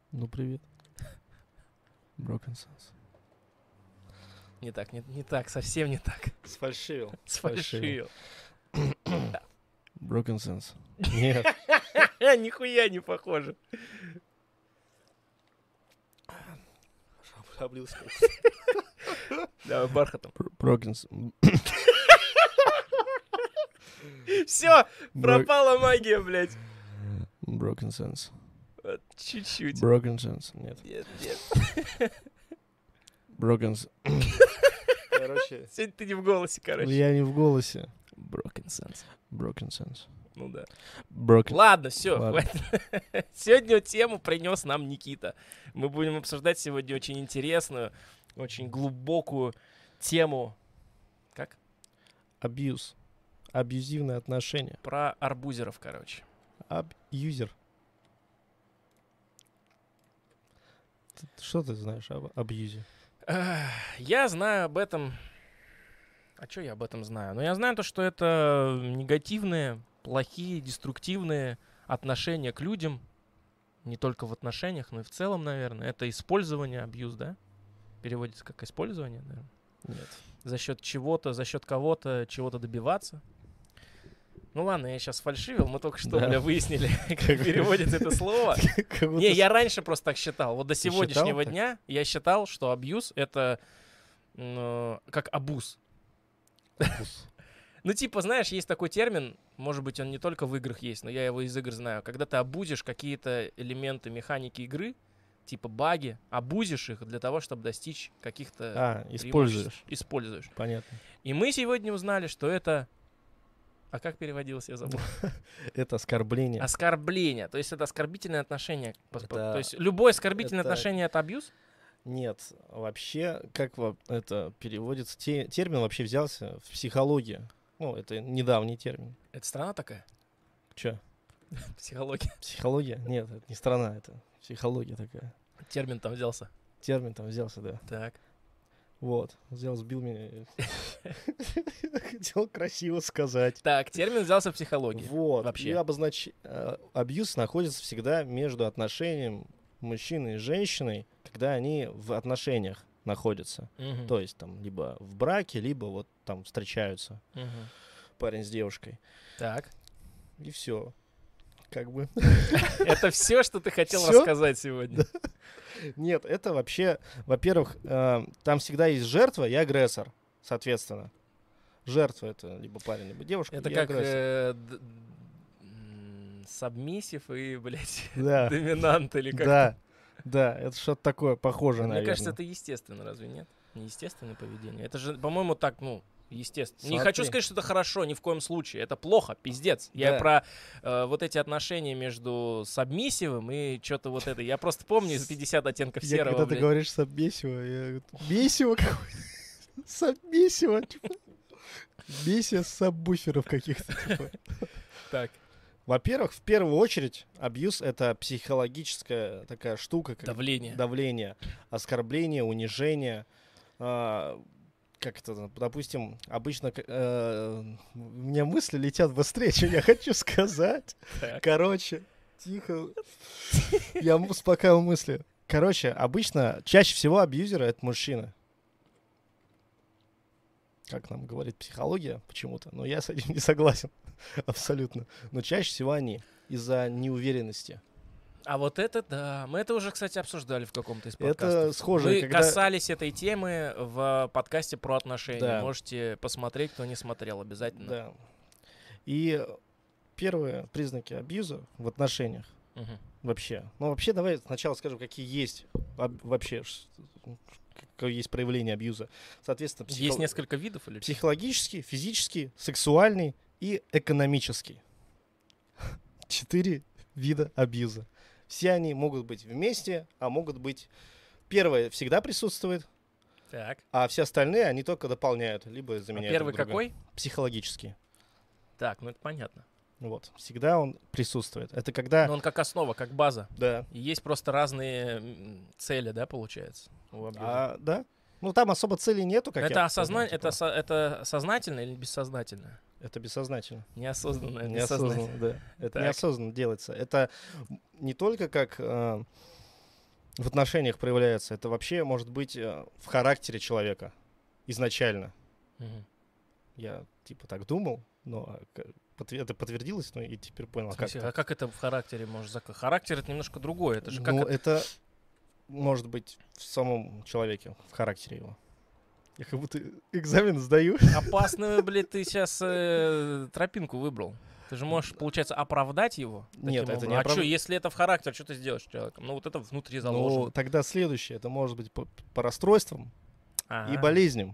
Ну, привет. Broken Sense. Не так, не так, совсем не так. Сфальшивил. Сфальшивил. Broken Sense. Нет. Нихуя не похоже. Облился. Давай бархатом. Broken Sense. Все, пропала магия, блядь. Broken Sense. Вот, чуть-чуть. Broken Sense. Нет. Нет. Broken Sense. Короче. Сегодня ты не в голосе, короче. Я не в голосе. Broken Sense. Broken Sense. Ну да. Broken. Ладно, все. Ладно. Сегодня тему принес нам Никита. Мы будем обсуждать сегодня очень интересную, очень глубокую тему. Как? Абьюз. Абьюзивное отношение. Про арбузеров, короче. Абьюзер. Что ты знаешь об абьюзе? Я знаю об этом. А что я об этом знаю? Ну, я знаю то, что это негативные, плохие, деструктивные отношения к людям. Не только в отношениях, но и в целом, наверное. Это использование, абьюз, да? Переводится как использование, наверное. Нет. За счет чего-то, за счет кого-то, чего-то добиваться. Ну ладно, я сейчас фальшивил, мы только что, Да. бля, выяснили, как переводится это слово. Не, я раньше просто так считал. Вот до сегодняшнего так? дня я считал, что абьюз — это как абуз. Ну, типа, знаешь, есть такой термин, может быть, он не только в играх есть, но я его из игр знаю. Когда ты абузишь какие-то элементы механики игры, типа баги, абузишь их для того, чтобы достичь каких-то Используешь. преимуществ. Используешь. Понятно. И мы сегодня узнали, что это... А как переводилось, я забыл? Это оскорбление. Оскорбление. То есть это оскорбительное отношение. Это- То есть любое оскорбительное это- отношение — это абьюз? Нет, вообще, как это переводится? Термин вообще взялся в психологии. Ну, это недавний термин. Это страна такая? Че? Психология. Психология? Нет, это не страна, это психология такая. Термин там взялся. Термин там взялся, да. Так. Вот, сбил меня. Хотел красиво сказать. Так, термин взялся в психологии. Вот. Вообще. И абьюз находится всегда между отношением мужчины и женщиной, когда они в отношениях находятся. Мгм. То есть там либо в браке, либо вот там встречаются Мгм. парень с девушкой. Так. И все. Как бы. Это все, что ты хотел Всё? рассказать сегодня. Нет, это вообще, во-первых, там всегда есть жертва и агрессор, соответственно. Жертва — это либо парень, либо девушка, Это и как агрессор. сабмиссив и, блядь, Да, доминант или как. да, да, это что-то такое похожее, Мне наверное. кажется, это естественно, разве нет? Неестественное поведение. Это же, по-моему, так, естественно. Не Смотри. хочу сказать, что это хорошо, ни в коем случае. Это плохо, пиздец. Я Да. про вот эти отношения между сабмиссивом и что-то вот это. Я просто помню из 50 оттенков Я серого, когда ты блядь. говоришь сабмиссиво, я говорю, месиво какое-то. Сабмиссиво, типа. Месия саббуферов каких-то, типа. Так, Во-первых, в первую очередь, абьюз — это психологическая такая штука, как давление. давление, оскорбление, унижение. Как это, допустим, обычно у меня мысли летят быстрее, чем я хочу сказать. Так. Короче, тихо. Я успокаиваю мысли. Короче, обычно, чаще всего абьюзеры — это мужчины. Как нам говорит психология почему-то, но я с этим не согласен. Абсолютно. Но чаще всего они из-за неуверенности. А вот это, да. Мы это уже, кстати, обсуждали в каком-то из подкастов. Это схоже, Мы когда... касались этой темы в подкасте про отношения. Да. Можете посмотреть, кто не смотрел, обязательно. Да. И первые признаки абьюза в отношениях Мгм. вообще. Ну, вообще, давай сначала скажем, какие есть вообще, какое есть проявление абьюза. Соответственно, Есть несколько видов или психологический, физический, сексуальный и экономический. 4 вида абьюза. Все они могут быть вместе, а могут быть... Первое всегда присутствует, Так. а все остальные, они только дополняют, либо А заменяют первый друг друга. какой? Психологический. Так, ну это понятно. Вот. Всегда он присутствует. Это когда... Но он как основа, как база. Да. И есть просто разные цели, да, получается? У абьюза. Да. Ну, там особо цели нету, как это я осознание, понял, типа. это сознательно или бессознательно? Это бессознательно. Неосознанно, бессознательно. Неосознанно, да. Это Так. неосознанно делается. Это не только как в отношениях проявляется, это вообще может быть в характере человека изначально. Мгм. Я типа так думал, но это подтвердилось, ну и теперь понял, В а как смысле, это. а как это в характере может Характер — это немножко другое. Это же как Ну, это... это может быть в самом человеке, в характере его. Я как будто экзамен сдаю. Опасную, блядь, ты сейчас тропинку выбрал. Ты же можешь, получается, оправдать его. Нет, таким это образом. не А что, оправ- если это в характер, что ты сделаешь с человеком? Ну, вот это внутри заложено. Ну, тогда следующее. Это может быть по расстройствам и Ага. болезням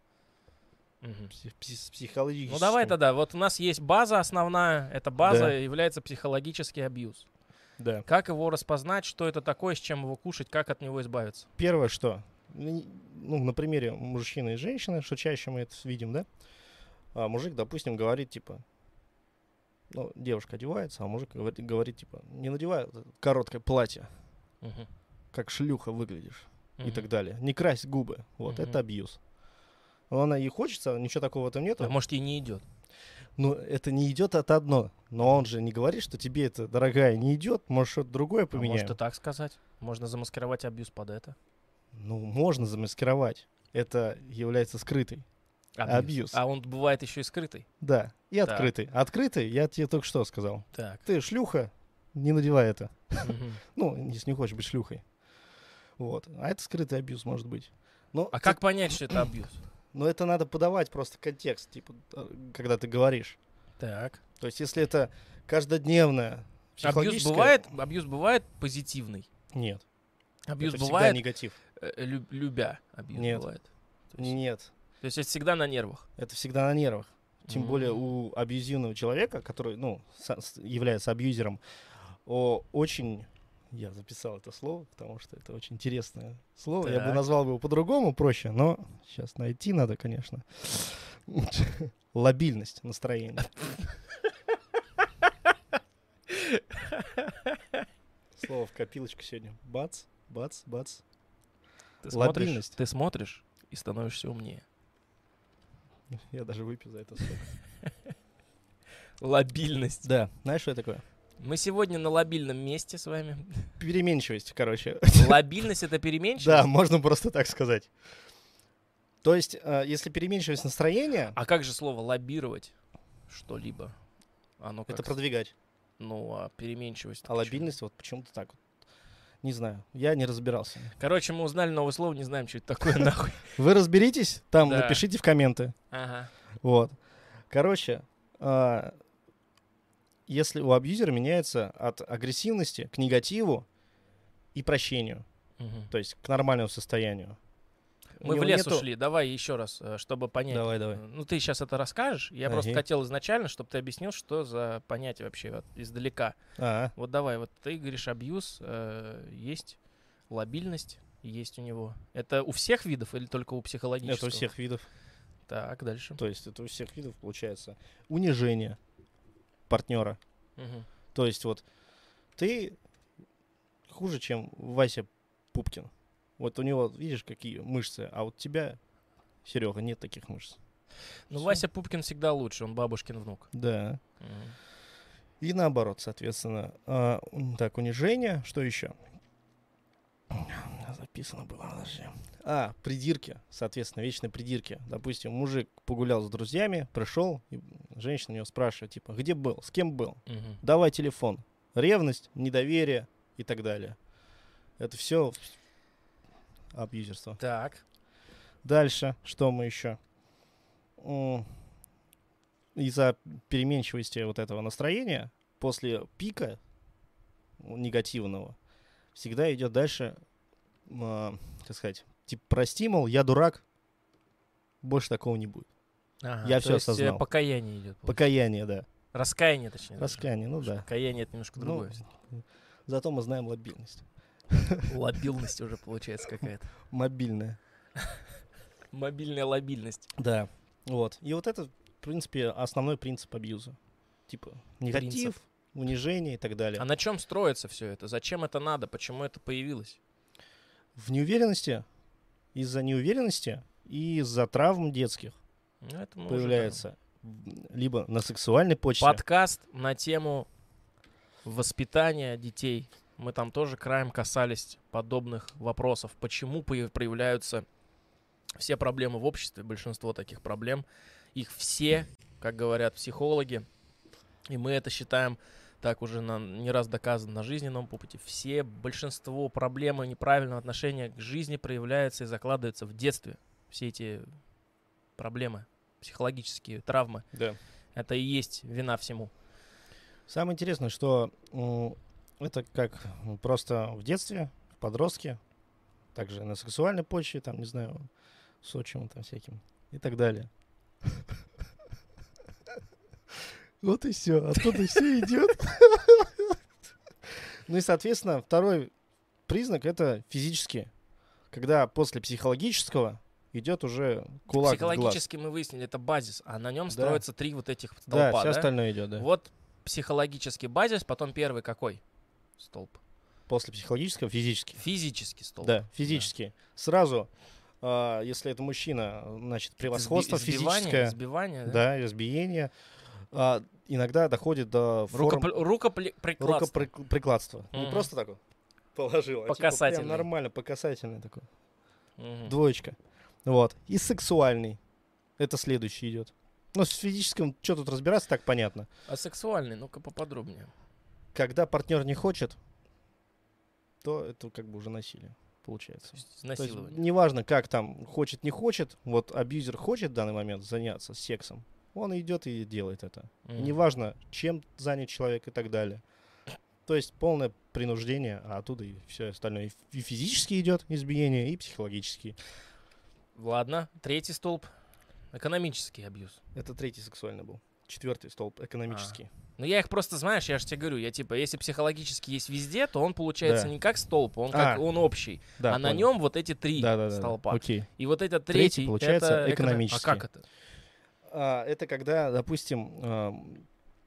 Мгм. психологическим. Ну, давай тогда. Вот у нас есть база основная. Эта база Да. является психологический абьюз. Да. Как его распознать, что это такое, с чем его кушать, как от него избавиться? Первое, что, ну, на примере мужчины и женщины, что чаще мы это видим, да? Мужик, допустим, говорит, типа, ну, девушка одевается, а мужик говорит, типа, не надевай вот это короткое платье, Мгм. как шлюха выглядишь, и Мгм. так далее. Не крась губы. Вот, Мгм. это абьюз. Но она ей хочется, ничего такого в этом нету. А может, ей не идет. Ну, это не идет, это одно. Но он же не говорит, что тебе это, дорогая, не идет, может, что-то другое А поменяем. может и так сказать. Можно замаскировать абьюз под это. Ну, можно замаскировать. Это является скрытой. Абьюз. А он бывает еще и скрытый. Да, и Так. открытый. Открытый, я тебе только что сказал. Так. Ты шлюха, не надевай это. Мгм. Ну, если не хочешь быть шлюхой. Вот. А это скрытый абьюз может быть. Но, А как понять, что это абьюз? но это надо подавать просто контекст, типа, когда ты говоришь. Так. То есть, если это каждодневное психологическое... Абьюз бывает позитивный. Нет. Абьюз Это всегда бывает, негатив. любя. Абьюз Нет. бывает. То есть, Нет. то есть это всегда на нервах. Это всегда на нервах. Тем более М. у абьюзивного человека, который, ну, является абьюзером, очень... Я записал это слово, потому что это очень интересное слово. Я бы Так. назвал его по-другому, проще, но сейчас найти надо, конечно. Лобильность настроения. Слово в копилочку сегодня. Бац, бац, бац. Лобильность. Ты смотришь и становишься умнее. Я даже выпью за это слово. Лобильность. Да, знаешь, что это такое? Мы сегодня на лобильном месте с вами. Переменчивость, короче. Лобильность — это переменчивость? Да, можно просто так сказать. То есть, если переменчивость настроения, А как же слово лоббировать что-либо? Оно как... это продвигать. Ну, а переменчивость? А лобильность вот почему-то так вот. Не знаю, я не разбирался. Короче, мы узнали новое слово, не знаем, что это такое, нахуй. Вы разберитесь? Там Да. напишите в комменты. Ага. Вот. Короче, если у абьюзера меняется от агрессивности к негативу и прощению, Мгм. то есть к нормальному состоянию. У Мы в него лес нету- ушли. Давай еще раз, чтобы понять. Давай, давай. Ну, ты сейчас это расскажешь. Я просто Ага. хотел изначально, чтобы ты объяснил, что за понятие вообще вот издалека. А, Вот давай, вот ты говоришь абьюз, есть лобильность, есть у него. Это у всех видов или только у психологического? это у всех видов. Так, дальше. То есть это у всех видов получается унижение партнера. Мгм. То есть вот ты хуже, чем Вася Пупкин. Вот у него, видишь, какие мышцы, а вот у тебя, Серега, нет таких мышц. Ну, Всё. Вася Пупкин всегда лучше, он бабушкин внук. Да. Мгм. И наоборот, соответственно. Так, унижение. Что еще? Записано было, подожди. Придирки, соответственно, вечные придирки. Допустим, мужик погулял с друзьями, пришел, и женщина у него спрашивает, типа, где был, с кем был? Мгм. Давай телефон. Ревность, недоверие и так далее. Это все абьюзерство. Так. Дальше, что мы еще? Из-за переменчивости вот этого настроения, после пика негативного, всегда идет дальше, как сказать, типа прости, мол, я дурак, больше такого не будет. Ага, Я то всё есть, осознал. покаяние идет. Покаяние, да. Раскаяние, точнее. даже. Раскаяние, ну да. Покаяние — это немножко Ну, другое. Зато мы знаем лобильность. Лобильность уже получается какая-то. Мобильная. Мобильная лобильность. Да. Вот. И вот это, в принципе, основной принцип абьюза. Типа негатив, Принцип. унижение и так далее. А на чем строится все это? Зачем это надо? Почему это появилось? В неуверенности, из-за неуверенности и из-за травм детских Ну, это мы уже, появляется либо на сексуальной да. почве. Подкаст на тему воспитания детей Мы там тоже краем касались подобных вопросов. Почему проявляются все проблемы в обществе, большинство таких проблем. Их все, как говорят психологи, и мы это считаем так уже не раз доказано на жизненном опыте, большинство проблем и неправильного отношения к жизни проявляются и закладываются в детстве. Все эти проблемы, психологические травмы, Да. это и есть вина всему. Самое интересное, что это как просто в детстве, в подростке, также на сексуальной почве, там, не знаю, с отчимом там всяким и так далее. Вот и все. Оттуда все идет. Ну и, соответственно, второй признак — это физически. Когда после психологического идет уже кулак в глаз. Психологически мы выяснили, это базис, а на нем Да. строятся 3 вот этих Да, столпа, все остальное идет, да. Вот психологический базис, потом первый какой столб? После психологического — физически. Физический столб. Да, физически. Сразу, если это мужчина, значит, превосходство физическое. Избивание, да? Да, избиение. Иногда доходит до рукоприкладства. Не просто так вот положил, а Показательный. типа прям нормально, показательный такой. Мгм. Двоечка. Вот. И сексуальный. Это следующий идет. Ну, с физическим, что тут разбираться, так понятно. А сексуальный, ну-ка поподробнее. Когда партнер не хочет, то это как бы уже насилие получается. То есть То есть изнасилование. неважно, как там, хочет, не хочет, вот абьюзер хочет в данный момент заняться сексом, он идет и делает это. Мгм. Неважно, чем занят человек и так далее. То есть полное принуждение, а оттуда и все остальное. И физически идет избиение, и психологически. Ладно, третий столб. Экономический абьюз. Это третий сексуальный был. Четвертый столб экономический. Ну я их просто, знаешь, я же тебе говорю, я типа, если психологически есть везде, то он получается Да. не как столб, он общий. Да, А на понял. нем вот эти 3 Да. столпа. Окей. И вот этот Третий, третий получается, это экономический. А как это? Это когда, допустим,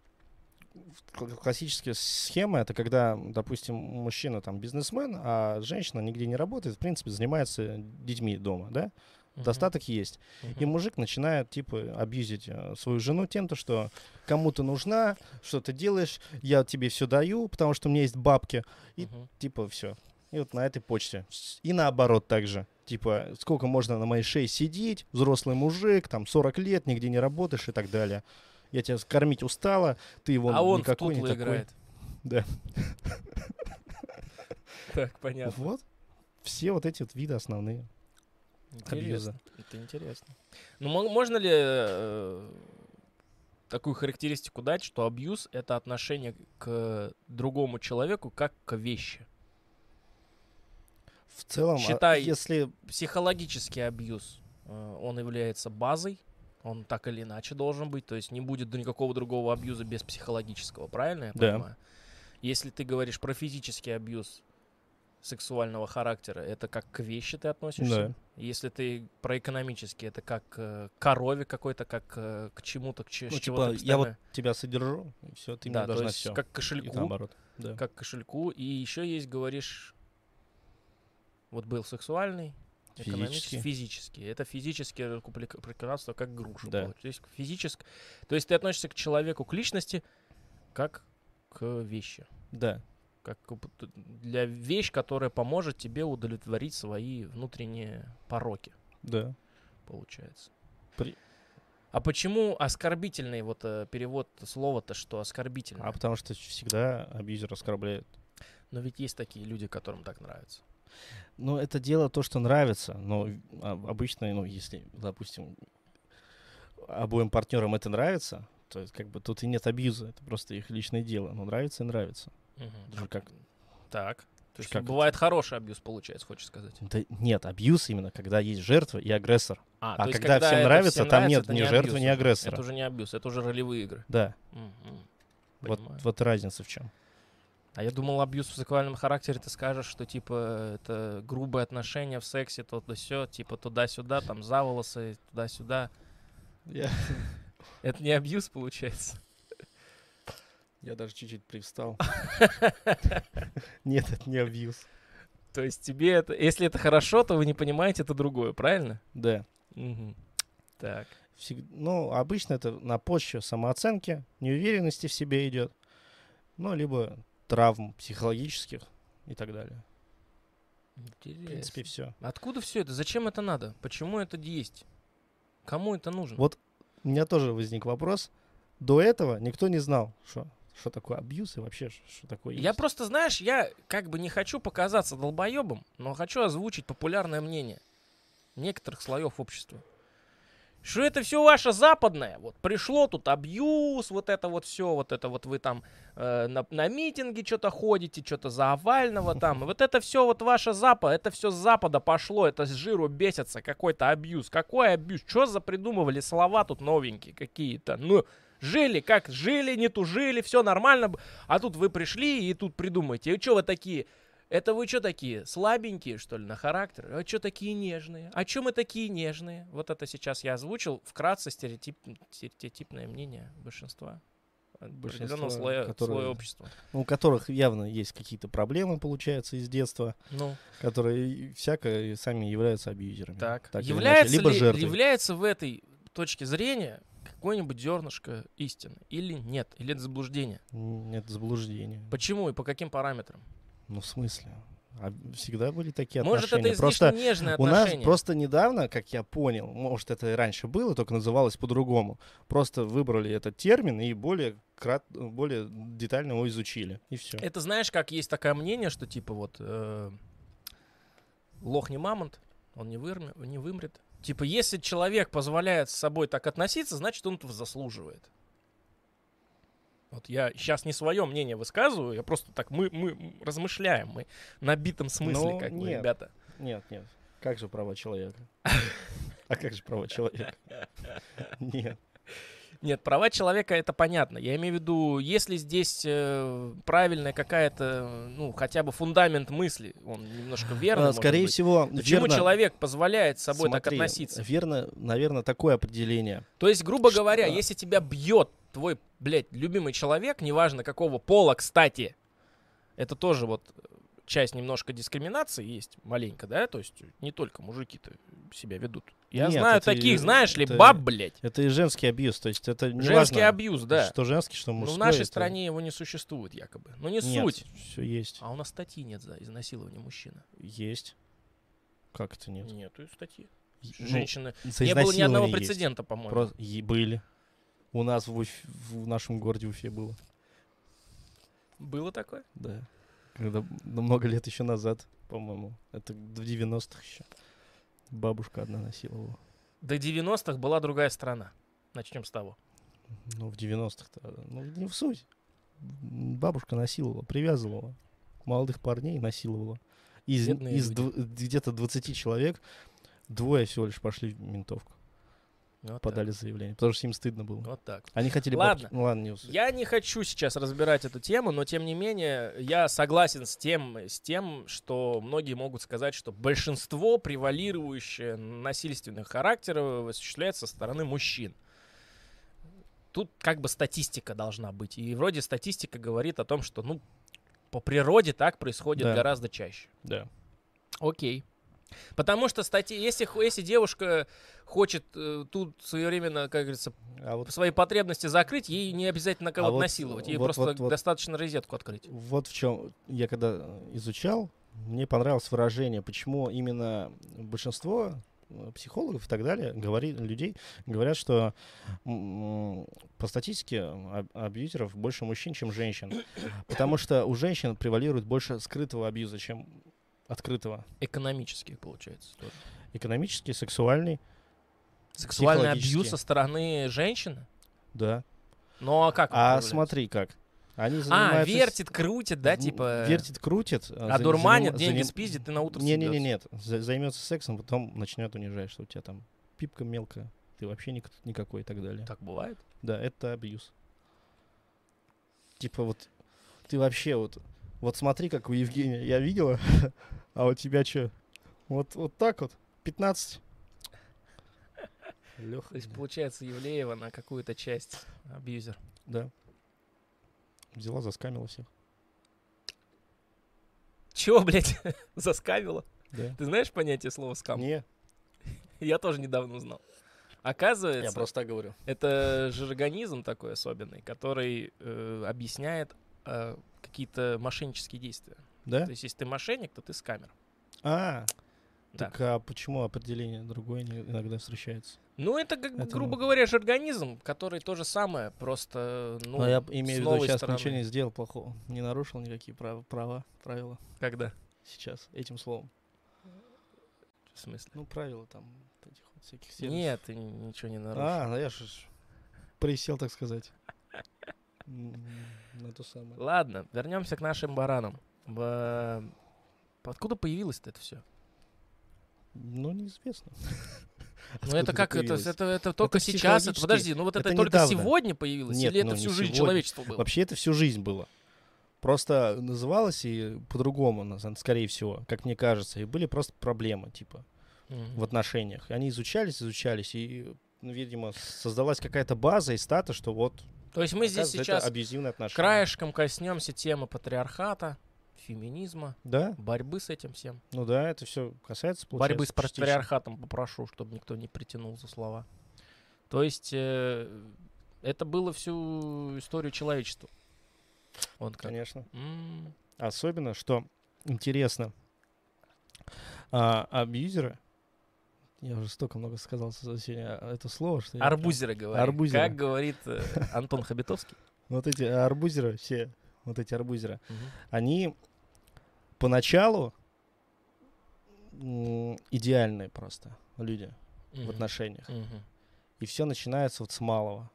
классическая схема — это когда, допустим, мужчина там бизнесмен, а женщина нигде не работает, в принципе, занимается детьми дома, да? Мгм. Достаток есть. И Мгм. мужик начинает, типа, абьюзить свою жену тем, то, что кому ты нужна, что ты делаешь, я тебе все даю, потому что у меня есть бабки. И, Мгм. типа, все. И вот на этой почте. И наоборот также. Типа, сколько можно на моей шее сидеть, взрослый мужик, там, 40 лет, нигде не работаешь и так далее. Я тебя кормить устала, ты его А он в никакой, не тутлы такой. играет. Да. Так, понятно. Вот. Все вот эти вот виды основные. Интересно. Это интересно. Ну, можно ли такую характеристику дать, что абьюз — это отношение к другому человеку как к вещи? В целом, Считай, если... Психологический абьюз, он является базой, он так или иначе должен быть, то есть не будет никакого другого абьюза без психологического, правильно я Да. понимаю? Если ты говоришь про физический абьюз сексуального характера, это как к вещи ты относишься? Да. Если ты про экономический, это как к корове какой-то, как к чему-то, с Ну, чего-то типа, я вот экстернально. тебя содержу, и все, ты Да, мне то должна есть все. как к И кошельку, наоборот. Да. как к кошельку. И еще есть, говоришь, вот был сексуальный, экономический, физический. Это физическое рукоприкладство как грушу. Да. То есть ты относишься к человеку, к личности, как к вещи. Да. Как для вещь, которая поможет тебе удовлетворить свои внутренние пороки, Да. получается. При- А почему оскорбительный вот перевод слова-то, что оскорбительный? А потому что всегда абьюзер оскорбляет. Но ведь есть такие люди, которым так нравится. Но это дело то, что нравится. Но обычно, ну, если, допустим, обоим партнерам это нравится, то есть, как бы тут и нет абьюза. Это просто их личное дело. Но нравится и нравится. Это же как... Так. То есть как бывает хороший абьюз, получается, хочешь сказать? Да нет, абьюз именно, когда есть жертва и агрессор. А А то есть, когда всем это нравится, там нравится, нет это ни не жертвы, абьюз ни уже. агрессора. Это уже не абьюз, это уже ролевые игры. Да. Мгм. Вот, Понимаю. вот разница в чем. А я думал, абьюз в сексуальном характере, ты скажешь, что, типа, это грубые отношения в сексе, то да сё, типа, туда-сюда, там, за волосы, туда-сюда. Это не абьюз, получается? Я даже чуть-чуть привстал. Нет, это не абьюз. То есть тебе это... Если это хорошо, то вы не понимаете, это другое, правильно? Да. Мгм. Так. Ну, обычно это на почве самооценки, неуверенности в себе идет. Ну, либо травм психологических, и так далее. Интересно. В принципе, все. Откуда все это? Зачем это надо? Почему это есть? Кому это нужно? Вот у меня тоже возник вопрос. До этого никто не знал, что такое абьюз и вообще, что такое Я есть. просто, знаешь, я как бы не хочу показаться долбоебом, но хочу озвучить популярное мнение некоторых слоев общества. Что это все ваше западное. Вот пришло тут абьюз, вот это вот все, вот это вот вы там на митинги что-то ходите, что-то за Овального там. Вот это все вот ваше Запад, это все с Запада пошло, это с жиру бесится, какой-то абьюз. Какой абьюз? Что за придумывали слова тут новенькие какие-то? Ну, жили как жили, не тужили, все нормально. А тут вы пришли и тут придумаете. И что вы такие? Это вы что такие, слабенькие, что ли, на характер? А что такие нежные? А что мы такие нежные? Вот это сейчас я озвучил вкратце стереотипное мнение большинства. Определенного слоя общества. У которых явно есть какие-то проблемы, получается, из детства, которые всякое сами являются абьюзерами. Так является либо жертвой. Является в этой точке зрения какое-нибудь зернышко истины? Или нет? Или это заблуждение? Нет, заблуждение. Почему и по каким параметрам? Ну, в смысле? Всегда были такие может, отношения. Это просто нежные отношения. У нас просто недавно, как я понял, может, это и раньше было, только называлось по-другому. Просто выбрали этот термин и более детально его изучили. И все. Это знаешь, как есть такое мнение, что типа вот лох не мамонт, он не вымрет. Типа, если человек позволяет с собой так относиться, значит, он этого заслуживает. Вот я сейчас не свое мнение высказываю, я просто так, мы размышляем, мы на битом смысле, как бы, ребята. Нет. Как же права человека? А как же права человека? Нет. Нет, права человека это понятно. Я имею в виду, если здесь правильная какая-то, ну, хотя бы фундамент мысли, он немножко верный, скорее всего, почему человек позволяет с собой так относиться? Верно, наверное, такое определение. То есть, грубо говоря, если тебя бьет твой, любимый человек, неважно какого пола, кстати, это тоже вот часть немножко дискриминации есть, маленько, да, то есть не только мужики-то себя ведут. Я знаю таких, знаешь ли, баб, блядь. Это и женский абьюз, то есть это не женский абьюз, да. Что женский, что мужской. Но в нашей стране его не существует якобы. Но не суть. Все есть. А у нас статьи нет за изнасилование мужчины. Есть. Как это нет? Нету статьи. Женщины. Не было ни одного прецедента, по-моему. Были. У нас в нашем городе Уфе было. Было такое? Да. Когда много лет еще назад, по-моему. Это в 90-х еще. Бабушка одна насиловала. До 90-х была другая страна. Начнем с того. Ну, в 90-х-то. Ну, не в суть. Бабушка насиловала, привязывала. Молодых парней насиловала. Из где-то 20 человек 2 всего лишь пошли в ментовку. Вот подали заявление, потому что им стыдно было. Вот так. Они хотели ладно. Ладно, не я не хочу сейчас разбирать эту тему, но тем не менее я согласен с тем, что многие могут сказать, что большинство превалирующее насильственных характеров осуществляется со стороны мужчин. Тут как бы статистика должна быть. И вроде статистика говорит о том, что по природе так происходит гораздо чаще. Да. Окей. Потому что если девушка хочет тут своевременно, как говорится, свои потребности закрыть, ей не обязательно кого-то насиловать. Ей просто достаточно розетку открыть. Вот в чем я когда изучал, мне понравилось выражение, почему именно большинство психологов и так далее, людей говорят, что по статистике абьюзеров больше мужчин, чем женщин. Потому что у женщин превалирует больше скрытого абьюза, чем открытого. Экономический, получается. Тоже. Экономический, сексуальный. Сексуальный абьюз со стороны женщины? Да. Ну а как? Смотри как. Они занимаются... вертит, крутит, да, типа... Вертит, крутит. Одурманит, деньги спиздит и на утро съебётся. Нет. Займется сексом, потом начнет унижать, что у тебя там пипка мелкая, ты вообще никакой и так далее. Так бывает? Да, это абьюз. Типа вот ты вообще вот смотри, как у Евгения я видела, а у тебя что? Вот так вот, 15. Леха. То есть, получается, Евлеева на какую-то часть абьюзер. Да. Взяла, заскамила всех. Чего, блядь, заскамила? Да. Ты знаешь понятие слова скам? Не. Я тоже недавно узнал. Оказывается, я просто так говорю. Это жаргонизм такой особенный, который объясняет какие-то мошеннические действия. Да? То есть, если ты мошенник, то ты скамер. А, Да. так а почему определение другое иногда встречается? Ну, это, как бы, Это грубо говоря, жаргонизм, который то же самое, просто, ну, Но я с имею в виду, новой сейчас стороны. ничего не сделал плохого. Не нарушил никакие правила Когда? сейчас этим словом. В смысле? Ну, правила там вот этих вот всяких сервисов. Нет, ты ничего не нарушил. Ну я же присел, так сказать. На то самое. Ладно, вернемся к нашим баранам. Откуда появилось-то это все? Ну, неизвестно. Ну это как, это только сейчас, психологически. подожди, ну вот это Это только недавно. сегодня появилось, Нет, или это ну, всю не жизнь сегодня. человечества было? Вообще это всю жизнь было. Просто называлось и по-другому, скорее всего, как мне кажется. И были просто проблемы, типа, в отношениях. И они изучались, и, ну, видимо, создалась какая-то база и статус, что вот, То есть мы здесь оказывается, сейчас это абьюзивные отношения. краешком коснемся темы патриархата, феминизма, Да? борьбы с этим всем. Ну да, это все касается, Борьбы получается, с частично. патриархатом попрошу, чтобы никто не притянул за слова. То есть это было всю историю человечества. Вот как. Конечно. М. Особенно, что интересно, абьюзеры, я уже столько много сказал за сегодня это слово, что я прям- Арбузеры говорят. Арбузеры. Как говорит Антон Хабитовский. Вот эти арбузеры, все, вот эти арбузеры, Мгм. они поначалу идеальные просто люди в Мгм. отношениях. Мгм. И все начинается вот с малого.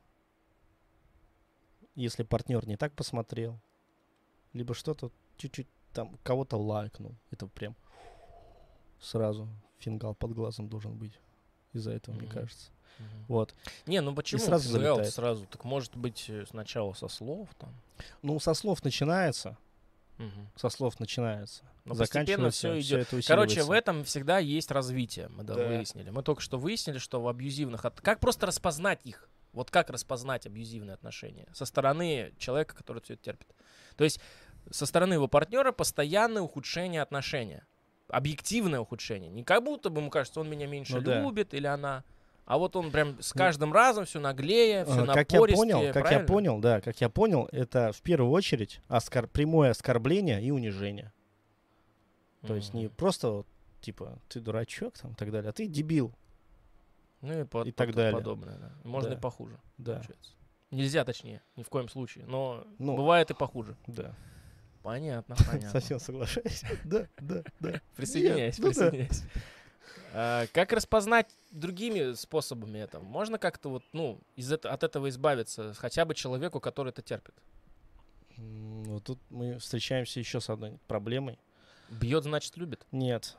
Если партнер не так посмотрел, либо что-то чуть-чуть там кого-то лайкнул, это прям сразу фингал под глазом должен быть из-за этого, мне Мгм. кажется. Мгм. Вот. Не, ну почему? сразу фингал залетает. сразу. Так может быть сначала со слов там. Ну, со слов начинается, Мгм. со слов начинается. Но постепенно Заканчивается, все всё идет. это Короче, в усиливается. этом всегда есть развитие, мы Да. выяснили. Мы только что выяснили, что в абьюзивных... Как просто распознать их? Вот как распознать абьюзивные отношения? Со стороны человека, который все это терпит. То есть со стороны его партнера постоянное ухудшение отношения. Объективное ухудшение. Не как будто бы ему кажется, он меня меньше Ну да. любит или она... А вот он прям с каждым разом все наглее, все Как я напористее. как я понял, это в первую очередь прямое оскорбление и унижение. То есть не просто вот, типа, ты дурачок там и так далее, а ты дебил. Ну и так далее. подобное. Да. Можно Да. и похуже. Да, Получается. Нельзя, точнее, ни в коем случае. Но Ну. бывает и похуже. да. Понятно, понятно. Совсем соглашаюсь. Да. Присоединяюсь, Нет, ну да. присоединяюсь. Как распознать другими способами это? Можно как-то вот, ну, от этого избавиться хотя бы человеку, который это терпит? Вот тут мы встречаемся еще с одной проблемой. Бьет, значит, любит. Нет.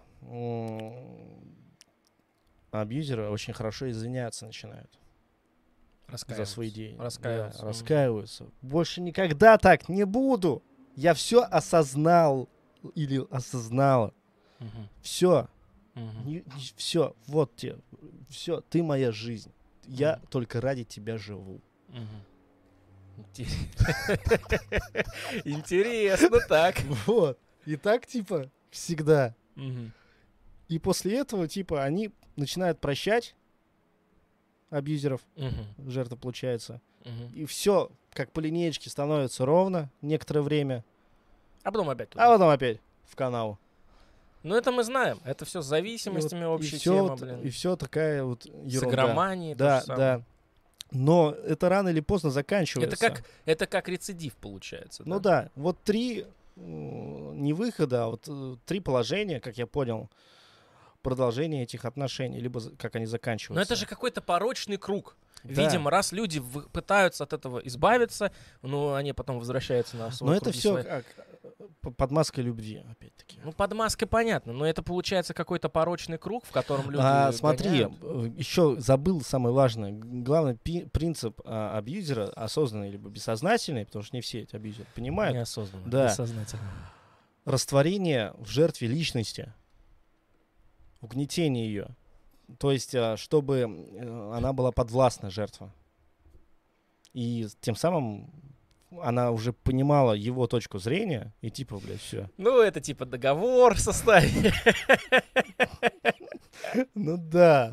Абьюзеры очень хорошо извиняться начинают за свои деньги. Раскаиваются. Да, раскаиваются. Больше никогда так не буду. Я все осознал или осознала. Мгм. Все. Мгм. Все. Вот тебе. Все. Ты моя жизнь. Я Мгм. только ради тебя живу. Мгм. Интересно так. Вот. И так, типа, всегда. Мгм. И после этого, типа, они начинают прощать абьюзеров, Мгм. жертва получается. Мгм. И все, как по линеечке, становится ровно некоторое время, А потом опять туда. а потом опять в канал. Ну, это мы знаем. Это все с зависимостями И общая всё тема, блин. И все такая вот С ерунда. игроманией. то Да, же самое. да. Но это рано или поздно заканчивается. Это как рецидив получается. Ну да, вот три, не выхода, а вот 3 положения, как я понял, продолжения этих отношений, либо как они заканчиваются. Но это же какой-то порочный круг. Да. Видимо, раз люди пытаются от этого избавиться, ну, они потом возвращаются на свой Но это круги все своя. как под маской любви, опять-таки. Ну, под маской понятно, но это получается какой-то порочный круг, в котором люди Смотри, гоняют. еще забыл самое важное. Главный принцип абьюзера, осознанный либо бессознательный, потому что не все эти абьюзеры понимают, Неосознанно, Да. бессознательно. растворение в жертве личности, угнетение ее. То есть, чтобы она была подвластна, жертва. И тем самым она уже понимала его точку зрения, и типа, блядь, все. Ну, это типа договор составить. Ну да.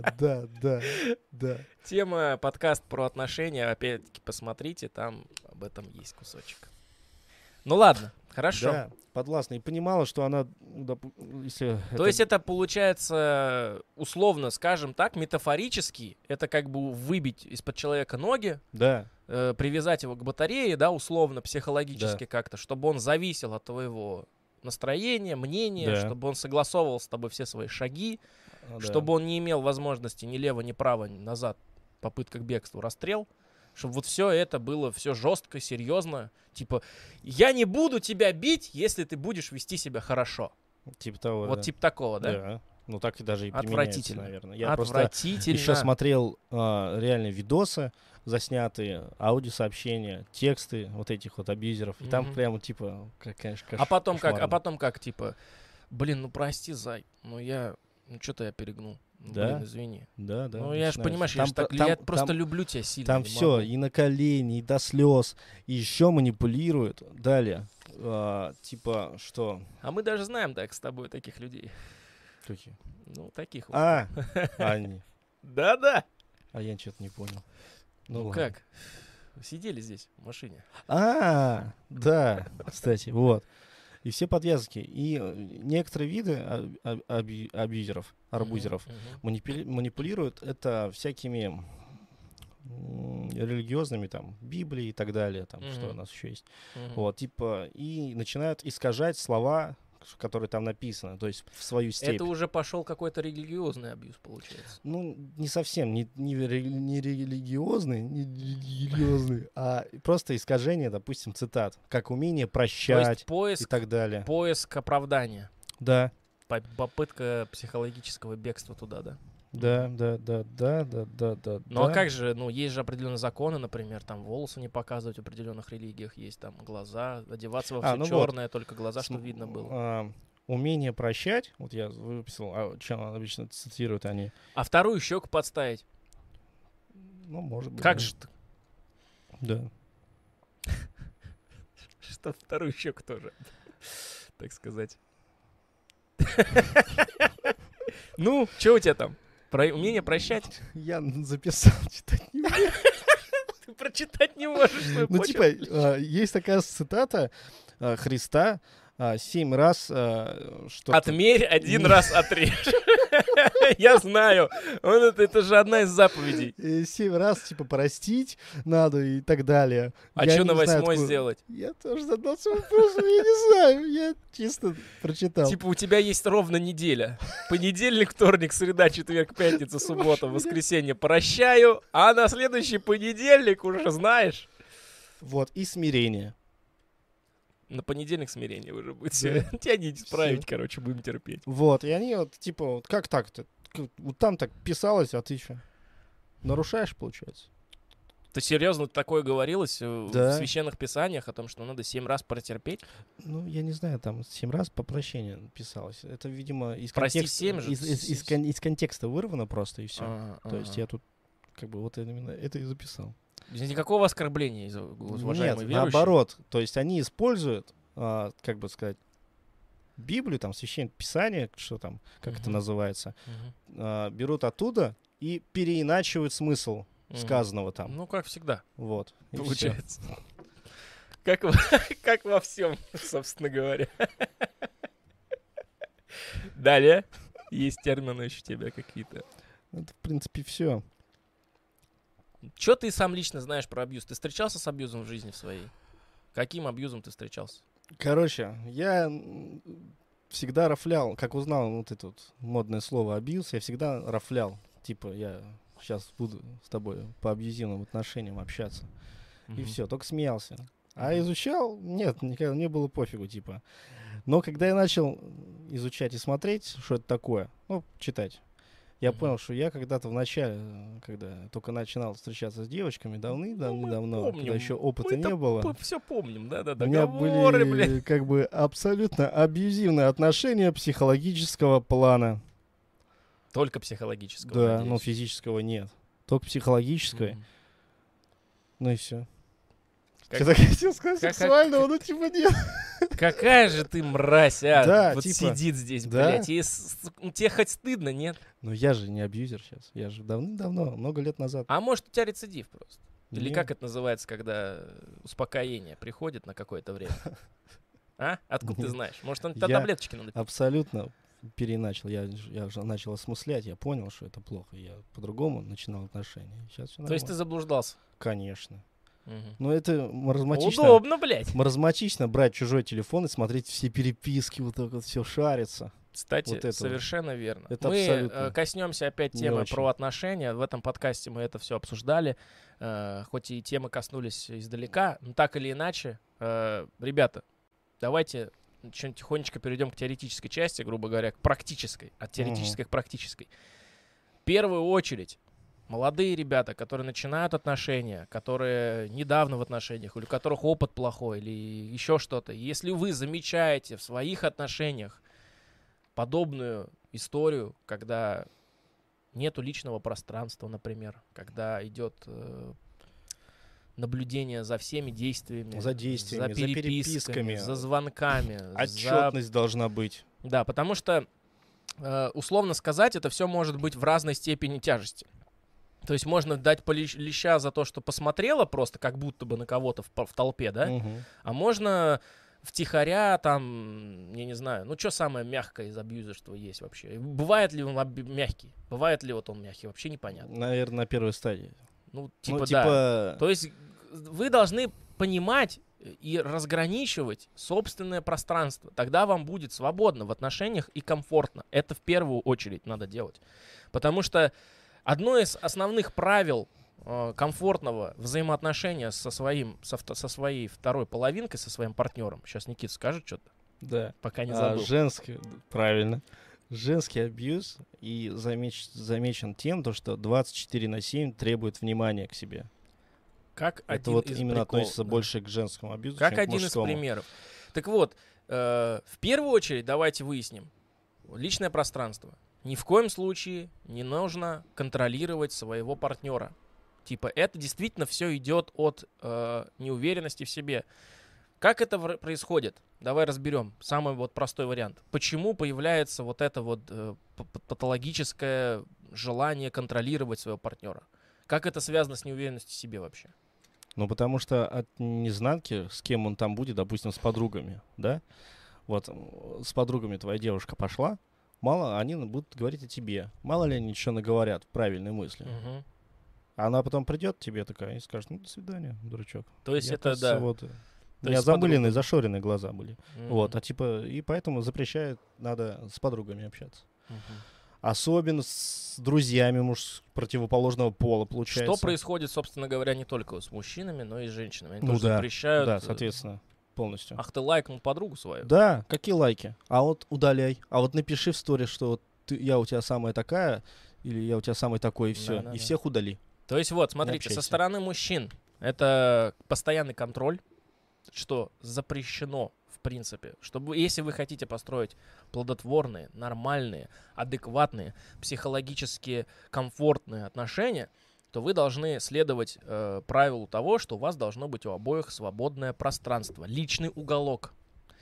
Тема подкаст про отношения, опять-таки, посмотрите, там об этом есть кусочек. Ну ладно, хорошо. Да, подвластна. И понимала, что она, если... То есть это получается, условно, скажем так, метафорически, это как бы выбить из-под человека ноги, Да, привязать его к батарее, да, условно, психологически Да. как-то, чтобы он зависел от твоего настроения, мнения, Да. чтобы он согласовывал с тобой все свои шаги, да. чтобы он не имел возможности ни лево, ни право, ни назад, попытка к бегству, расстрел, чтобы вот все это было все жестко, серьезно, типа, я не буду тебя бить, если ты будешь вести себя хорошо. Типа того, Вот да. типа такого, да? Да. Ну, так и даже и применяется, Отвратительно. наверное. Я просто Отвратительно. еще смотрел реальные видосы, заснятые, аудиосообщения, тексты вот этих вот абьюзеров. И там Мгм. прямо, типа, конечно, А потом кошмарно. как, типа, блин, ну прости, зай, ну что-то я перегнул. Ну, Да? блин, извини. Да, да. Ну, я ж, начинается. понимаешь, я, ж так, я просто люблю тебя сильно. Там не все, могу. и на колени, и до слез, и еще манипулируют. Далее, типа, что? А мы даже знаем, так, с тобой таких людей. Какие? Ну, таких вот. Они. Да-да. А я что-то не понял. Ну, ладно. как? Сидели здесь, в машине. Да, кстати, вот. И все подвязки. И некоторые виды абьюзеров, арбузеров Мгм. манипулируют это всякими религиозными, там, Библией и так далее, там, что у Мгм. нас еще есть. Мгм. Вот, типа, и начинают искажать слова, которые там написаны, то есть в свою степь. Это уже пошел какой-то религиозный абьюз, получается. Ну, не совсем, не религиозный, а просто искажение, допустим, цитат, как умение То прощать есть и поиск, так далее. поиск оправдания. Да, Попытка психологического бегства туда, да? да. Ну а как же, ну есть же определенные законы, например, там волосы не показывать в определенных религиях, есть там глаза, одеваться во все ну вот. черное, только глаза, чтобы видно было. Умение прощать, вот я выписал, чем обычно цитируют они. А вторую щеку подставить. Ну, может быть. Как да. же Да. что вторую щеку тоже, так сказать. Ну, что у тебя там? Умение прощать? Я записал, читать не умею. Ты прочитать не можешь. свой Ну, почерк. типа, есть такая цитата Христа 7 раз что-то... Отмерь, один раз отрежь. Я знаю. Это же одна из заповедей. 7 раз, типа, простить надо и так далее. А Я что не на знаю, 8-й откуда- сделать? Я тоже задался вопросом, я не знаю. Я чисто прочитал. Типа у тебя есть ровно неделя. Понедельник, вторник, среда, четверг, пятница, суббота, Меня. воскресенье прощаю, а на следующий понедельник уже знаешь. Вот, и смирение. На понедельник смирение уже будет. Все. Тянитесь править, короче, будем терпеть. Вот, и они вот, типа, вот как так-то? Вот там так писалось, а ты что? Нарушаешь, получается? Ты серьезно такое говорилось в Да. священных писаниях о том, что надо 7 раз протерпеть? Ну, я не знаю, там 7 раз по прощению писалось. Это, видимо, из Прости, контекста, 7 же. из контекста вырвано просто, и все. Ага, То есть ага. я тут как бы вот именно это и записал. Без никакого оскорбления, уважаемые Нет, верующие. наоборот. То есть они используют, как бы сказать, Библию, там, Священное Писание, что там, как это Мгм. называется, Мгм. берут оттуда и переиначивают смысл Мгм. сказанного там. Ну, как всегда, Вот. и всё. получается. Как во всем, собственно говоря. Далее. Есть термины еще у тебя какие-то. Это, в принципе, все. Что ты сам лично знаешь про абьюз? Ты встречался с абьюзом в жизни в своей? Каким абьюзом ты встречался? Короче, я всегда рафлял, как узнал вот это вот модное слово абьюз, я всегда рафлял. Типа, я сейчас буду с тобой по абьюзивным отношениям общаться. И Мгм. все, только смеялся. А Мгм. изучал? Нет, никогда мне было пофигу, типа. Но когда я начал изучать и смотреть, что это такое, ну, читать, я Мгм. понял, что я когда-то в начале, когда только начинал встречаться с девочками, давным-давно, когда помним. еще опыта не было, Все помним, да-да, у меня договоры, блядь. были как бы абсолютно абьюзивные отношения психологического плана. Только психологического, Да, надеюсь. но физического нет. Только психологическое. Мгм. Ну и все. Как- Что-то хотел сказать как- сексуального, но типа нет. Какая же ты мразь, а? Да, Вот типа, сидит здесь, да. блядь. Тебе хоть стыдно, нет? Но я же не абьюзер сейчас. Я же давным-давно, много лет назад. А может, у тебя рецидив просто? Или Не. как это называется, когда успокоение приходит на какое-то время? А? Откуда ты Нет. знаешь? Может, он Я таблеточки надо пить? абсолютно переначал. Я уже начал осмыслять, я понял, что это плохо. Я по-другому начинал отношения. Сейчас все То есть ты нормально. заблуждался? Конечно. Мгм. Но это маразматично. Удобно, блядь. Маразматично брать чужой телефон и смотреть все переписки, вот так вот все шарится. Кстати, Вот это совершенно верно. это Мы абсолютно коснемся опять не темы очень. про отношения. В этом подкасте мы это все обсуждали. Хоть и темы коснулись издалека, но так или иначе, ребята, давайте тихонечко перейдем к теоретической части, грубо говоря, к практической. От теоретической к практической. В первую очередь, молодые ребята, которые начинают отношения, которые недавно в отношениях, или у которых опыт плохой, или еще что-то. Если вы замечаете в своих отношениях подобную историю, когда нету личного пространства, например, когда идет наблюдение за всеми действиями, За действиями, за за переписками, переписками. за звонками, Отчетность должна быть. Да, потому что, условно сказать, это все может быть в разной степени тяжести. То есть можно дать леща за то, что посмотрела просто, как будто бы на кого-то в толпе, да? Мгм. А можно втихаря там, я не знаю, ну что самое мягкое из абьюза, что есть вообще? Бывает ли он мягкий? Бывает ли вот он мягкий? Вообще непонятно. Наверное, на первой стадии. Ну, Ну, да. То есть вы должны понимать и разграничивать собственное пространство. Тогда вам будет свободно в отношениях и комфортно. Это в первую очередь надо делать. Потому что одно из основных правил комфортного взаимоотношения со своей второй половинкой, со своим партнером. Сейчас Никита скажет что-то, да. пока не забыл. Женский, правильно. Женский абьюз и замечен тем, то, что 24/7 требует внимания к себе. Как Это один вот из именно приколов, относится да. больше к женскому абьюзу, Как чем к один из мужскому. примеров. Так вот, в первую очередь давайте выясним. Личное пространство. Ни в коем случае не нужно контролировать своего партнера. Типа это действительно все идет от неуверенности в себе. Как это происходит? Давай разберем. Самый вот простой вариант. Почему появляется вот это вот патологическое желание контролировать своего партнера? Как это связано с неуверенностью в себе вообще? Ну, потому что от незнанки, с кем он там будет, допустим, с подругами, да? Вот с подругами твоя девушка пошла, мало они будут говорить о тебе. Мало ли они что наговорят, правильные мысли. Мгм. А она потом придет к тебе такая и скажет: ну, до свидания, дурачок. То есть Я, это, кажется, да. вот, у То меня есть с замыленные, подругами. зашоренные глаза были. Мгм. Вот, а типа, и поэтому запрещают, надо с подругами общаться. Мгм. Особенно с друзьями противоположного пола, получается. Что происходит, собственно говоря, не только с мужчинами, но и с женщинами? Они Ну тоже да, запрещают. да, соответственно, полностью. Ах, ты лайкнул подругу свою? Да, какие лайки? А вот удаляй. А вот напиши в сторис, что вот я у тебя самая такая, или я у тебя самый такой, и все. Да-да-да. И всех удали. То есть вот, смотрите, со общайся. стороны мужчин это постоянный контроль, что запрещено в принципе. Чтобы, если вы хотите построить плодотворные, нормальные, адекватные, психологически комфортные отношения, то вы должны следовать правилу того, что у вас должно быть у обоих свободное пространство, личный уголок.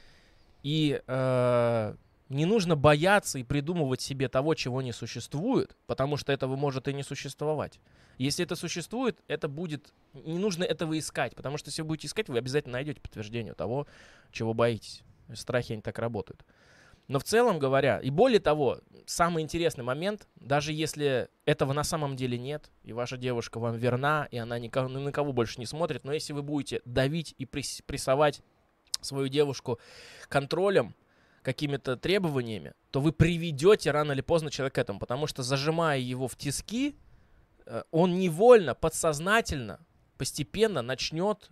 И не нужно бояться и придумывать себе того, чего не существует, потому что этого может и не существовать. Если это существует, это будет... Не нужно этого искать, потому что если вы будете искать, вы обязательно найдете подтверждение того, чего боитесь. Страхи, они так работают. Но в целом говоря, и более того, самый интересный момент, даже если этого на самом деле нет, и ваша девушка вам верна, и она ни на кого больше не смотрит, но если вы будете давить и прессовать свою девушку контролем, какими-то требованиями, то вы приведете рано или поздно человека к этому, потому что, зажимая его в тиски, он невольно, подсознательно, постепенно начнет,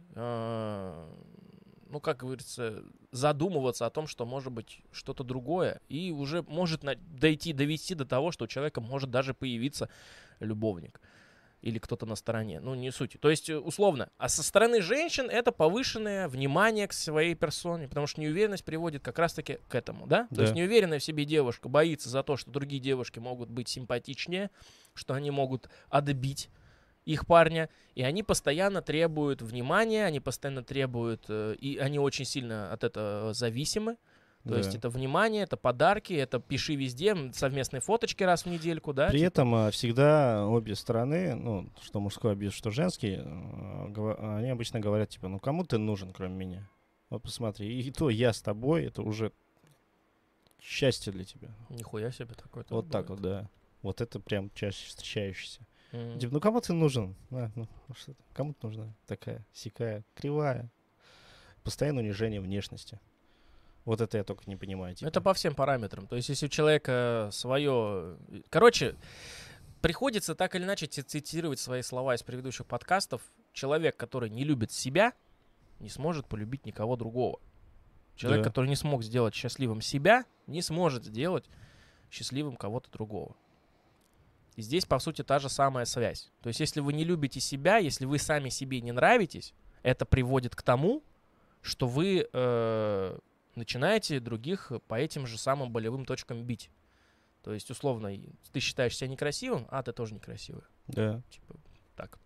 ну, как говорится, задумываться о том, что может быть что-то другое, и уже может довести до того, что у человека может даже появиться любовник или кто-то на стороне. Ну, не суть. То есть, условно. А со стороны женщин это повышенное внимание к своей персоне, потому что неуверенность приводит как раз-таки к этому, да? То есть неуверенная в себе девушка боится за то, что другие девушки могут быть симпатичнее, что они могут отбить их парня, и они постоянно требуют внимания, они постоянно требуют, и они очень сильно от этого зависимы. То есть это внимание, это подарки, это пиши везде, совместные фоточки раз в недельку, да? При этом всегда обе стороны, ну, что мужской абьюз, что женский, они обычно говорят, типа, ну, кому ты нужен, кроме меня? Вот посмотри, и то я с тобой, это уже счастье для тебя. Нихуя себе такое. Вот так вот, да. Вот это прям чаще встречающийся. Мгм. Типа, ну, кому ты нужен? Что ты? Кому ты нужна? Такая, сякая, кривая. Постоянное унижение внешности. Вот это я только не понимаю. Типа. Это по всем параметрам. То есть, если у человека свое... Короче, приходится так или иначе цитировать свои слова из предыдущих подкастов. Человек, который не любит себя, не сможет полюбить никого другого. Человек, Да. который не смог сделать счастливым себя, не сможет сделать счастливым кого-то другого. И здесь, по сути, та же самая связь. То есть, если вы не любите себя, если вы сами себе не нравитесь, это приводит к тому, что вы начинаете других по этим же самым болевым точкам бить. То есть, условно, ты считаешь себя некрасивым, а ты тоже некрасивый. Да. Типа, так.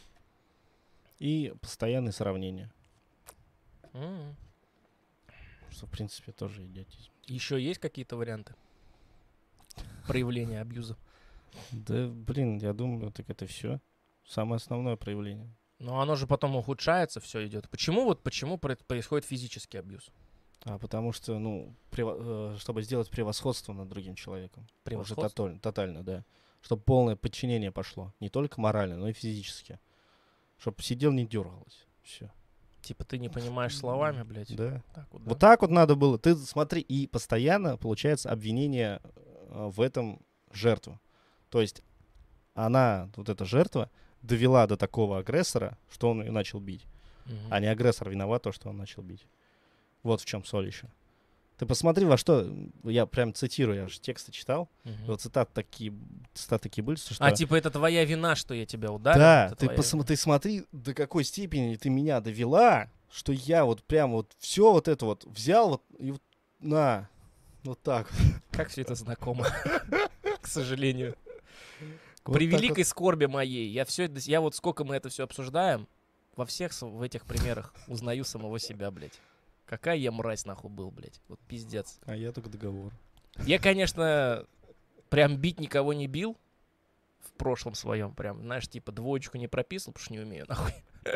И постоянные сравнения. М. Что, в принципе, тоже идиотизм. Еще есть какие-то варианты проявления абьюза? Да, блин, я думаю, так это все. Самое основное проявление. Но оно же потом ухудшается, все идет. Почему происходит физический абьюз? Потому что, ну, чтобы сделать превосходство над другим человеком. Уже Превосходство? тотально, да. Чтобы полное подчинение пошло. Не только морально, но и физически. Чтобы сидел, не дергалось. Все. Типа ты не понимаешь словами, блядь. Да. Так вот, Вот да? так вот надо было. Ты смотри, и постоянно получается обвинение в этом жертву. То есть она, вот эта жертва, довела до такого агрессора, что он ее начал бить. Мгм. А не агрессор виноват, то, что он начал бить. Вот в чем соль еще. Ты посмотри, во что... Я прям цитирую, я же тексты читал. Мгм. Вот цитаты такие были, что... А типа это твоя вина, что я тебя ударил? да, Это ты, твоя вина. ты смотри, до какой степени ты меня довела, что я вот прям вот все вот это вот взял вот и вот на... Вот так вот. Как все это знакомо, к сожалению. Вот При так великой скорби моей, я вот сколько мы это все обсуждаем, во всех в этих примерах узнаю самого себя, блядь. Какая я мразь, нахуй, был, блядь. Вот пиздец. вот. А я только договор. Я, конечно, прям бить никого не бил в прошлом своем. Прям, знаешь, типа двоечку не прописал, потому что не умею, нахуй.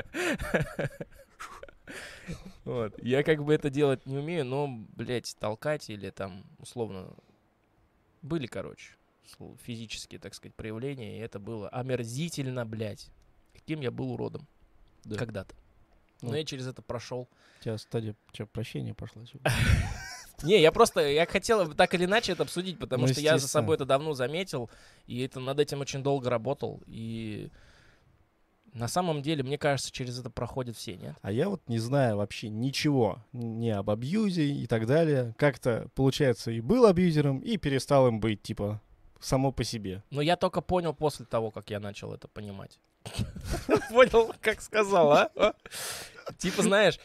Вот. Я как бы это делать не умею, но, блядь, толкать или там, условно, были, короче, физические, так сказать, проявления, и это было омерзительно, блядь. Каким я был уродом Да. когда-то. Ну. Но я через это прошел. У тебя стадия прощения пошла. Не, я хотел так или иначе это обсудить, потому Ну, что я за естественно. собой это давно заметил, и это над этим очень долго работал, и на самом деле, мне кажется, через это проходят все, нет? А я вот не знаю вообще ничего ни об абьюзе и так далее. Как-то, получается, и был абьюзером, и перестал им быть, типа, само по себе. Но я только понял после того, как я начал это понимать. Понял, как сказал, а? Типа, знаешь,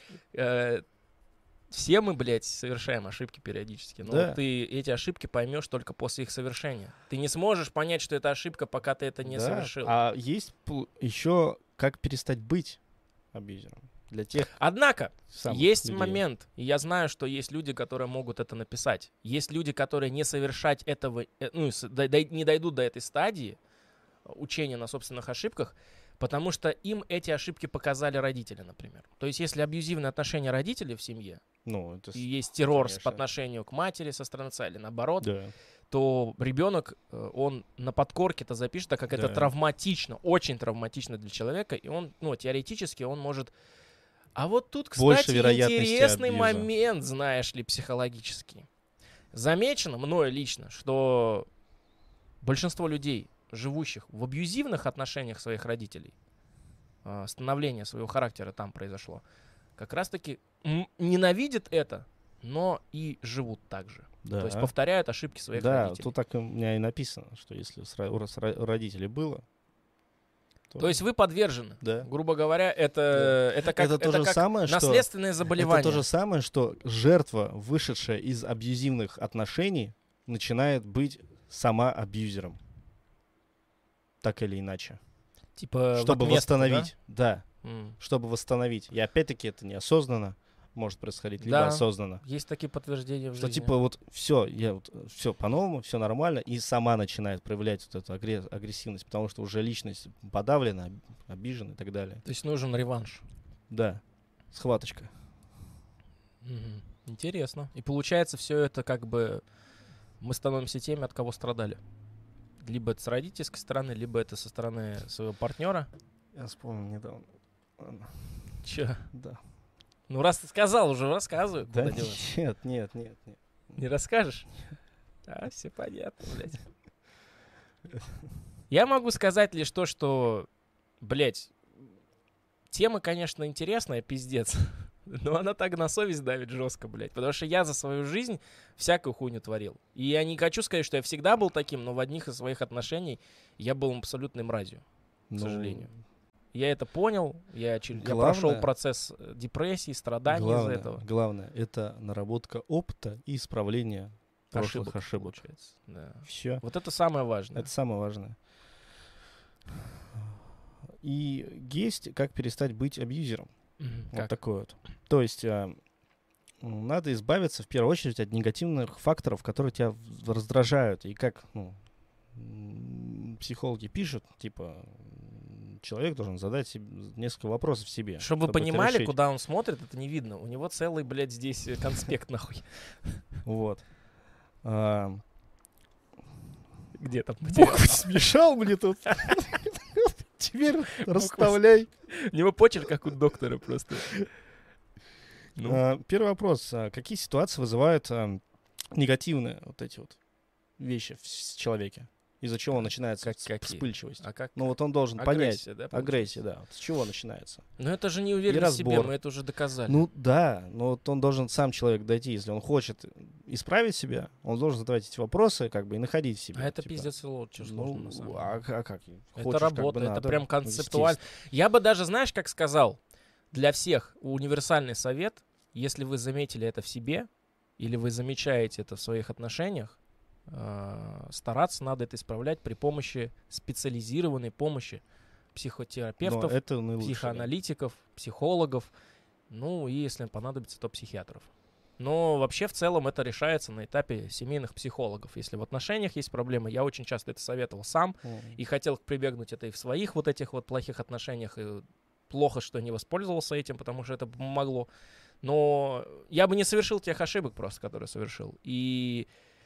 все мы, блядь, совершаем ошибки периодически. Но Да. ты эти ошибки поймешь только после их совершения. Ты не сможешь понять, что это ошибка, пока ты это не Да. совершил. А есть еще как перестать быть абьюзером. Для тех Однако, самых есть людей. момент, и я знаю, что есть люди, которые могут это написать. Есть люди, которые не совершать этого, не дойдут до этой стадии учения на собственных ошибках, потому что им эти ошибки показали родители, например. То есть, если абьюзивные отношения родителей в семье, Ну, это... и есть террор конечно. по отношению к матери со стороны отца или наоборот, Да. то ребенок, он на подкорке это запишет, так как это Да. травматично, очень травматично для человека, и он, ну, теоретически он может... А вот тут, Больше кстати, вероятности интересный абьюза. момент, знаешь ли, психологический. Замечено мною лично, что большинство людей, живущих в абьюзивных отношениях своих родителей, становление своего характера там произошло, как раз-таки ненавидят это, но и живут так же. Да. То есть повторяют ошибки своих Да, родителей. тут так у меня и написано, что если у родителей было... То есть вы подвержены. Да. Грубо говоря, это как, Это то же как самое, что... наследственное заболевание. Это то же самое, что жертва, вышедшая из абьюзивных отношений, начинает быть сама абьюзером. Так или иначе. Типа в Чтобы отместку, восстановить. Да, да? чтобы восстановить. И опять-таки это неосознанно. может происходить, либо Да. осознанно. Есть такие подтверждения в Что жизни. типа вот все, все по-новому, все нормально, и сама начинает проявлять вот эту агрессивность, потому что уже личность подавлена, обижена и так далее. То есть нужен реванш. Да, схваточка. Мгм. Интересно. И получается, все это как бы мы становимся теми, от кого страдали. Либо это с родительской стороны, либо это со стороны своего партнера. Я вспомнил недавно. Ладно, Че? да. Ну, раз ты сказал, уже рассказывай, Да куда делать. нет. Не расскажешь? А, все понятно, блядь. Я могу сказать лишь то, что, блядь, тема, конечно, интересная, пиздец. Но она так на совесть давит жестко, блядь. Потому что я за свою жизнь всякую хуйню творил. И я не хочу сказать, что я всегда был таким, но в одних из своих отношений я был абсолютной мразью, к сожалению. Я это понял, я прошел Главное- процесс депрессии, страданий из-за этого. Главное, это наработка опыта и исправление прошлых ошибок. Получается. Да. Все. Вот это самое важное. Это самое важное. И есть как перестать быть абьюзером. Мгм. Вот Как? такой вот. То есть надо избавиться в первую очередь от негативных факторов, которые тебя раздражают. И как психологи пишут, типа человек должен задать себе несколько вопросов себе. Чтобы вы это понимали, решить. куда он смотрит, это не видно. У него целый, блядь, здесь конспект, нахуй. Вот. А, Где там? Бог смешал мне тут. Теперь расставляй. У него почерк, как у доктора просто. Ну, Первый вопрос. Какие ситуации вызывают негативные вот эти вот вещи в человеке? Из-за чего начинается какие? вспыльчивость? а как? Ну вот он должен понять. Агрессия, да? Агрессия, да. Вот с чего начинается? Ну это же не уверенность в себе, разбор. мы это уже доказали. Ну да, но вот он должен сам человек дойти. Если он хочет исправить себя, он должен задавать эти вопросы как бы и находить в себе. А это типа, пиздец очень сложно, на самом деле. а как? Это Хочешь, как бы работа, это надо, прям концептуально. Я бы даже, знаешь, как сказал, для всех универсальный совет, если вы заметили это в себе, или вы замечаете это в своих отношениях, стараться надо это исправлять при помощи специализированной помощи Но психотерапевтов, это наилучшее, да. психоаналитиков, психологов, ну и если понадобится, то психиатров. Но вообще в целом это решается на этапе семейных психологов. Если в отношениях есть проблемы, я очень часто это советовал сам и хотел прибегнуть это и в своих вот этих вот плохих отношениях. И плохо, что не воспользовался этим, потому что это помогло. Но я бы не совершил тех ошибок просто, которые совершил. И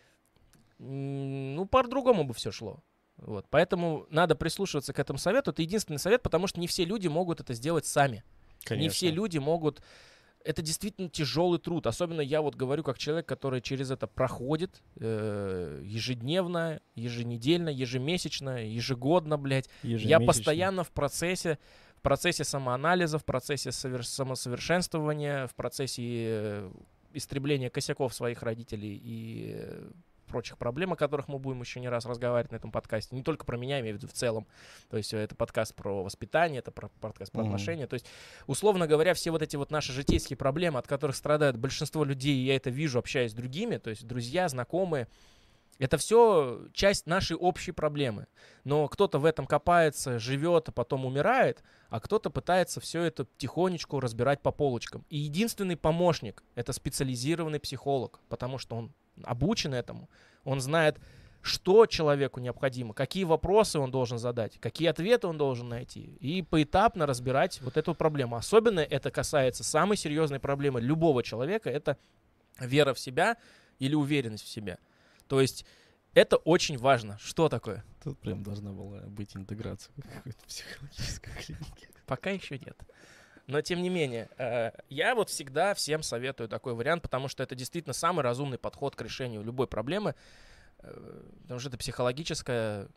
ну, по-другому бы все шло. Вот. Поэтому надо прислушиваться к этому совету. Это единственный совет, потому что не все люди могут это сделать сами. Конечно. Не все люди могут... Это действительно тяжелый труд. Особенно я вот говорю как человек, который через это проходит ежедневно, еженедельно, ежемесячно, ежегодно, блядь. Я Ежемесячно. постоянно в процессе самоанализа, в процессе самосовершенствования, в процессе истребления косяков своих родителей и прочих проблем, о которых мы будем еще не раз разговаривать на этом подкасте. Не только про меня, я имею в виду в целом. То есть это подкаст про воспитание, это подкаст про отношения. То есть, условно говоря, все вот эти вот наши житейские проблемы, от которых страдают большинство людей, я это вижу, общаясь с другими, то есть друзья, знакомые, это все часть нашей общей проблемы. Но кто-то в этом копается, живет, а потом умирает, а кто-то пытается все это потихонечку разбирать по полочкам. И единственный помощник — это специализированный психолог, потому что он обучен этому. Он знает, что человеку необходимо, какие вопросы он должен задать, какие ответы он должен найти. И поэтапно разбирать вот эту проблему. Особенно это касается самой серьезной проблемы любого человека — это вера в себя или уверенность в себе. То есть это очень важно. Что такое? Тут прям должна была быть интеграция в какой-то психологической клинике. Пока еще нет. Но тем не менее, я вот всегда всем советую такой вариант, потому что это действительно самый разумный подход к решению любой проблемы, потому что это психологическая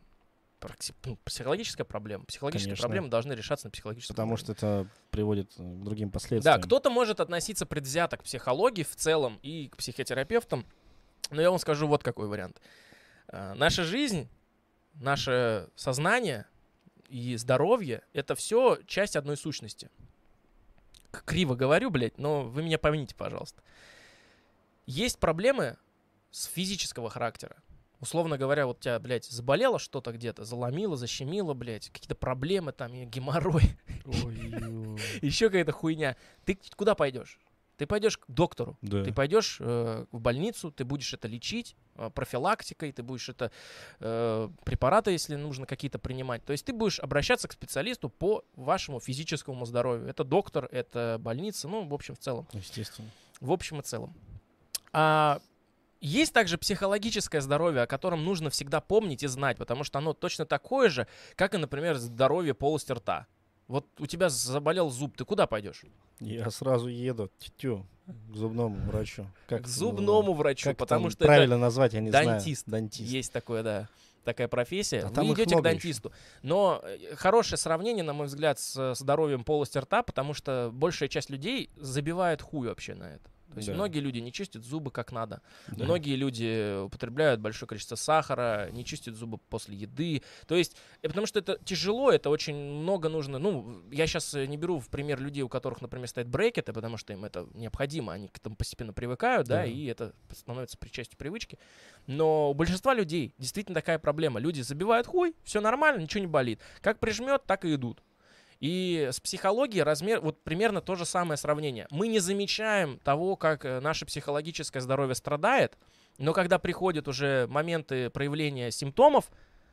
проблема. Психологические Конечно. проблемы должны решаться на психологическом Потому уровне. что это приводит к другим Да, последствиям. кто-то может относиться предвзято к психологии в целом и к психотерапевтам, но я вам скажу вот какой вариант. Наша жизнь, наше сознание и здоровье — это все часть одной сущности. Криво говорю, блядь, но вы меня поймите, пожалуйста. Есть проблемы с физического характера. Условно говоря, вот у тебя, блядь, заболело что-то где-то, заломило, защемило, блядь, какие-то проблемы там, геморрой, Ой-ой. еще какая-то хуйня. Ты куда пойдешь? Ты пойдешь к доктору, Да. ты пойдешь в больницу, ты будешь это лечить профилактикой, ты будешь это препараты, если нужно, какие-то принимать. То есть ты будешь обращаться к специалисту по вашему физическому здоровью. Это доктор, это больница, ну, в общем, в целом. Естественно. В общем и целом. А есть также психологическое здоровье, о котором нужно всегда помнить и знать, потому что оно точно такое же, как и, например, здоровье полости рта. Вот у тебя заболел зуб, ты куда пойдешь? Я сразу еду к зубному врачу. Как К это зубному врачу, Как потому там что правильно назвать, я не дантист. знаю. Дантист. Есть такое, да, такая профессия. А Вы там их идете к много дантисту. Но хорошее сравнение, на мой взгляд, с здоровьем полости рта, потому что большая часть людей забивает хуй вообще на это. То есть Да. многие люди не чистят зубы как надо. Да. Многие люди употребляют большое количество сахара, не чистят зубы после еды. То есть, потому что это тяжело, это очень много нужно. Ну, я сейчас не беру в пример людей, у которых, например, стоят брекеты, потому что им это необходимо, они к этому постепенно привыкают, да, Да. и это становится частью привычки. Но у большинства людей действительно такая проблема. Люди забивают хуй, все нормально, ничего не болит. Как прижмет, так и идут. И с психологией вот примерно то же самое сравнение. Мы не замечаем того, как наше психологическое здоровье страдает, но когда приходят уже моменты проявления симптомов,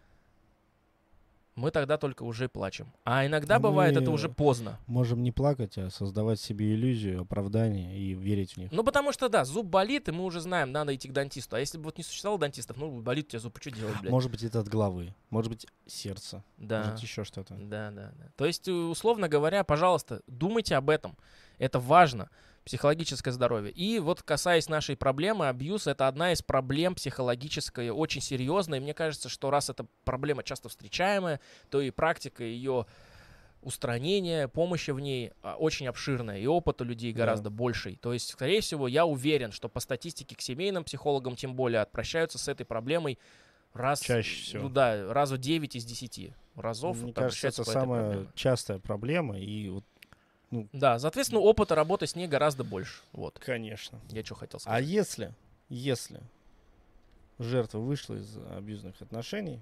мы тогда только уже плачем. А иногда А бывает мы это уже поздно. Можем не плакать, а создавать себе иллюзию, оправдание и верить в них. Ну, потому что, да, зуб болит, и мы уже знаем, надо идти к дантисту. А если бы вот не существовало дантистов, ну, болит у тебя зуб, что делать, блядь? Может быть, это от головы, может быть, сердце, Да. может, еще что-то. Да. То есть, условно говоря, пожалуйста, думайте об этом. Это важно. Психологическое здоровье. И вот касаясь нашей проблемы, абьюз — это одна из проблем психологической, очень серьезная. И мне кажется, что раз эта проблема часто встречаемая, то и практика ее устранения, помощи в ней очень обширная, и опыт у людей гораздо больший. То есть, скорее всего, я уверен, что по статистике к семейным психологам тем более обращаются с этой проблемой Чаще всего. Ну да, разу 9 из 10 разов. Мне кажется, это обращаются по этой самая проблеме. частая проблема. И вот, Да, соответственно, опыта работы с ней гораздо больше. Вот, конечно. я что хотел А сказать. если жертва вышла из абьюзных отношений,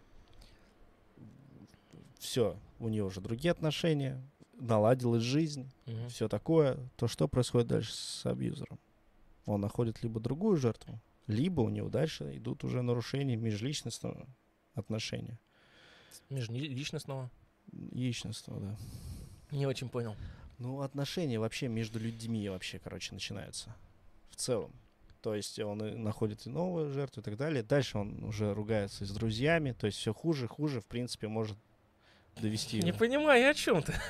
все, у нее уже другие отношения, наладилась жизнь, Мгм. все такое, то что происходит дальше с абьюзером? Он находит либо другую жертву, либо у него дальше идут уже нарушения межличностного отношения. Межличностного? Личностного, да. Не очень понял. Ну, отношения вообще между людьми вообще, начинаются. В целом. То есть он и находит и новую жертву и так далее. Дальше он уже ругается с друзьями. То есть все хуже, в принципе, может довести Не его. понимаю, о чем ты.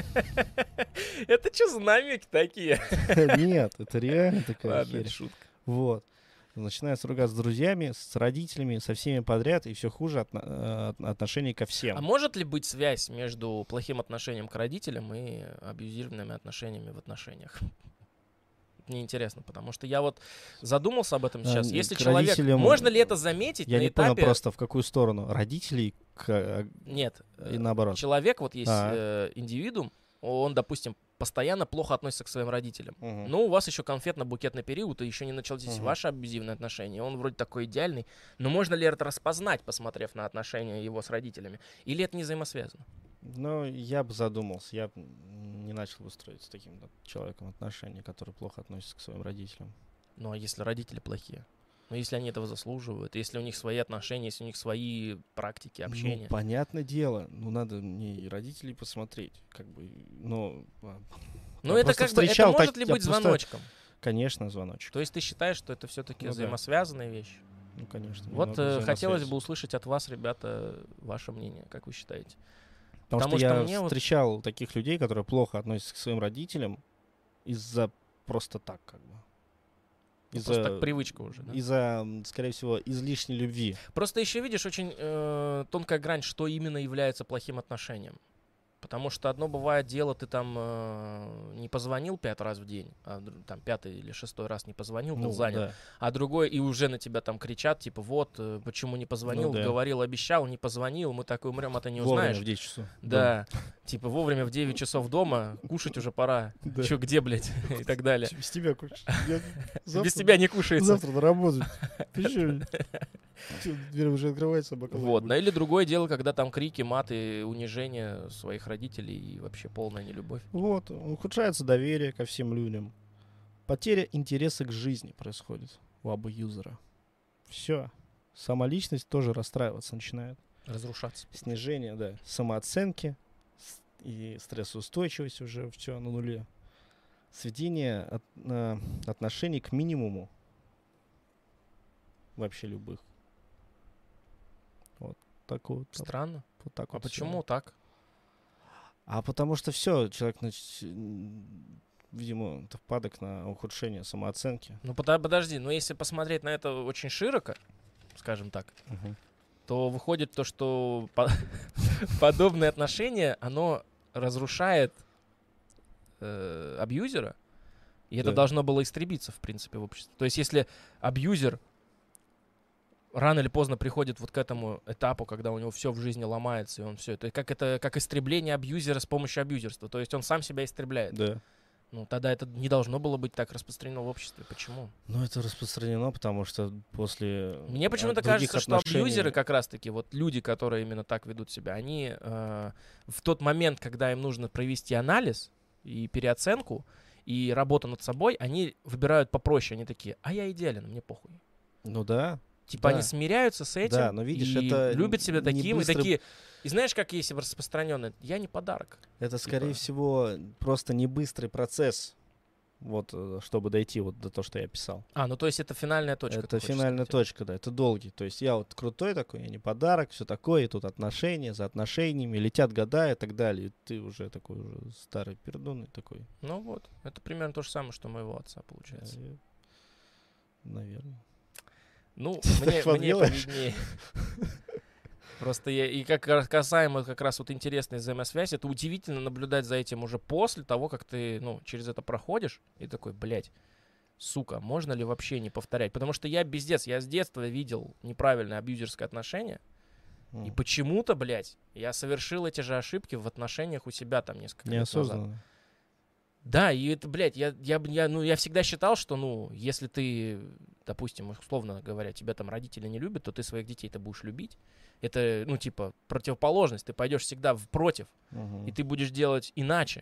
Это что за намеки такие? Нет, это реально такая Ладно, херь. это шутка. Вот. Начинается ругаться с друзьями, с родителями, со всеми подряд, и все хуже отношение ко всем. А может ли быть связь между плохим отношением к родителям и абьюзивными отношениями в отношениях? Мне интересно, потому что я вот задумался об этом сейчас. Если к человек... родителям- Можно ли это заметить Я на не этапе... понял просто, в какую сторону. Родителей Нет. и наоборот. Человек, вот есть А. индивидуум, он, допустим, постоянно плохо относится к своим родителям. Мгм. Но у вас еще конфетно-букетный период, и еще не начались Мгм. ваши абьюзивные отношения. Он вроде такой идеальный. Но можно ли это распознать, посмотрев на отношения его с родителями? Или это не взаимосвязано? Ну, я бы задумался. Я б не начал бы строить с таким человеком отношения, который плохо относится к своим родителям. Ну, а если родители плохие? Ну, если они этого заслуживают, если у них свои отношения, если у них свои практики, общения. Ну, понятное дело. Ну, надо мне и родителей посмотреть. Ну, я это просто как бы, это встречал может так- ли я быть просто- звоночком? Конечно, звоночек. То есть ты считаешь, что это все-таки Ну да. взаимосвязанные вещи? Ну, конечно. Вот немного хотелось взаимосвязи. бы услышать от вас, ребята, ваше мнение, как вы считаете? Потому потому что что я мне вот- встречал таких людей, которые плохо относятся к своим родителям из-за просто так, Ну, просто так привычка уже, да? Из-за, скорее всего, излишней любви. Просто еще видишь очень тонкая грань, что именно является плохим отношением. Потому что одно бывает дело, ты там не позвонил 5 раз в день, а там 5-й или 6-й раз не позвонил, был занят. Да. А другой, и уже на тебя там кричат, типа, вот, почему не позвонил, Ну да. говорил, обещал, не позвонил, мы так и умрем, а ты не Вовремя узнаешь. в 10 часов. Да, типа вовремя в 9 часов дома, кушать уже пора. Да. Чё, где, блядь, и так далее. Без тебя кушать. Без тебя не кушается. Завтра на работу. Ты чё? Дверь уже открывается, бокал. Вот, ну или другое дело, когда там крики, маты, унижение своих родителей и вообще полная нелюбовь. Вот, ухудшается доверие ко всем людям. Потеря интереса к жизни происходит у абьюзера. Все. Сама личность тоже расстраиваться начинает. Разрушаться. Снижение, да, самооценки и стрессоустойчивость уже все на нуле. Сведение отношений к минимуму. Вообще любых. Вот так вот. Странно. Вот так А вот почему всё. так? А потому что все, человек, видимо, впадок на ухудшение самооценки. Ну подожди, но если посмотреть на это очень широко, скажем так, то выходит то, что подобное отношение, оно разрушает абьюзера, и это Да. должно было истребиться, в принципе, в обществе. То есть если абьюзер рано или поздно приходит вот к этому этапу, когда у него все в жизни ломается, и он все это как истребление абьюзера с помощью абьюзерства. То есть он сам себя истребляет. Да. Ну, тогда это не должно было быть так распространено в обществе. Почему? Ну, это распространено, потому что после Мне почему-то других кажется, что отношений- абьюзеры как раз-таки, вот люди, которые именно так ведут себя, они в тот момент, когда им нужно провести анализ и переоценку, и работу над собой, они выбирают попроще. Они такие, а я идеален, мне похуй. Ну да. Типа Да. они смиряются с этим, Да, но видишь, и это любят себя не таким, быстрый- и такие... И знаешь, как есть распространенное? Я не подарок. Это, скорее Типа- всего, просто не быстрый процесс, вот, чтобы дойти вот до того, что я писал. Ну то есть это финальная точка. ты Это хочешь финальная сказать. точка, да, это долгий. То есть я вот крутой такой, я не подарок, все такое, и тут отношения за отношениями, летят года и так далее. И ты уже такой уже старый пердун и такой. Ну вот, это примерно то же самое, что у моего отца получается. Наверное. Ну, Ты мне так подделаешь? повиднее. Просто и как касаемо как раз вот интересной взаимосвязи, это удивительно наблюдать за этим уже после того, как ты, через это проходишь, и такой, блядь, сука, можно ли вообще не повторять? Потому что я с детства видел неправильное абьюзерское отношение, и почему-то, блядь, я совершил эти же ошибки в отношениях у себя там несколько лет назад. Неосознанно. Да, и это, блядь, я всегда считал, что, если ты, допустим, условно говоря, тебя там родители не любят, то ты своих детей-то будешь любить. Это, противоположность. Ты пойдешь всегда против, и ты будешь делать иначе.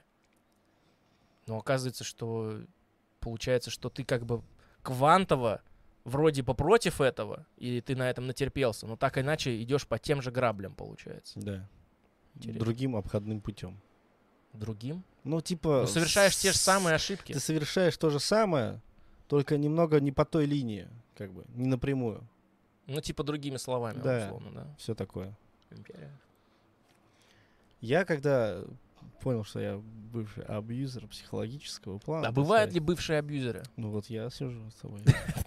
Но оказывается, что получается, что ты как бы квантово вроде бы против этого, и ты на этом натерпелся, но так иначе идешь по тем же граблям, получается. Да. Интересно. Другим обходным путем. Другим? Ну, типа... Совершаешь те же самые ошибки. Ты совершаешь то же самое, только немного не по той линии, как бы, не напрямую. Другими словами, Да. условно, да. Все такое. Империя. Я когда понял, что я бывший абьюзер психологического плана. А бывают ли бывшие абьюзеры? Ну вот я сижу с тобой.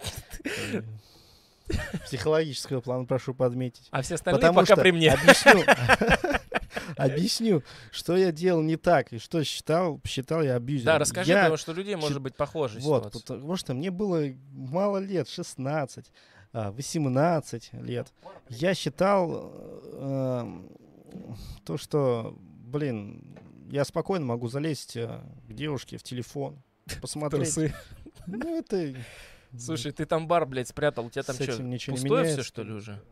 Психологического плана, прошу подметить. А все остальные Потому пока что, при мне. объясню, что я делал не так, и что считал я абьюзером. Да, расскажи, потому что у людей может быть похожая Вот, ситуация. потому что мне было мало лет, 16, 18 лет. Я считал то, что, я спокойно могу залезть к девушке в телефон, посмотреть. Трусы. Ну, это... Слушай, ты там бар, блядь, спрятал, у тебя там С что, этим ничего не пустое все, меняется. что ли, уже?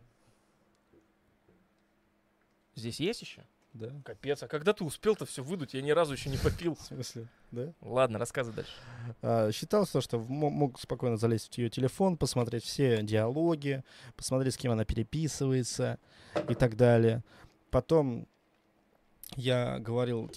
Здесь есть еще? Да, Капец, а когда ты успел-то все выдуть? Я ни разу еще не попил. в смысле, да. Ладно, рассказывай дальше. Считал, что мог спокойно залезть в ее телефон, посмотреть все диалоги, посмотреть, с кем она переписывается и так далее. Потом я говорил,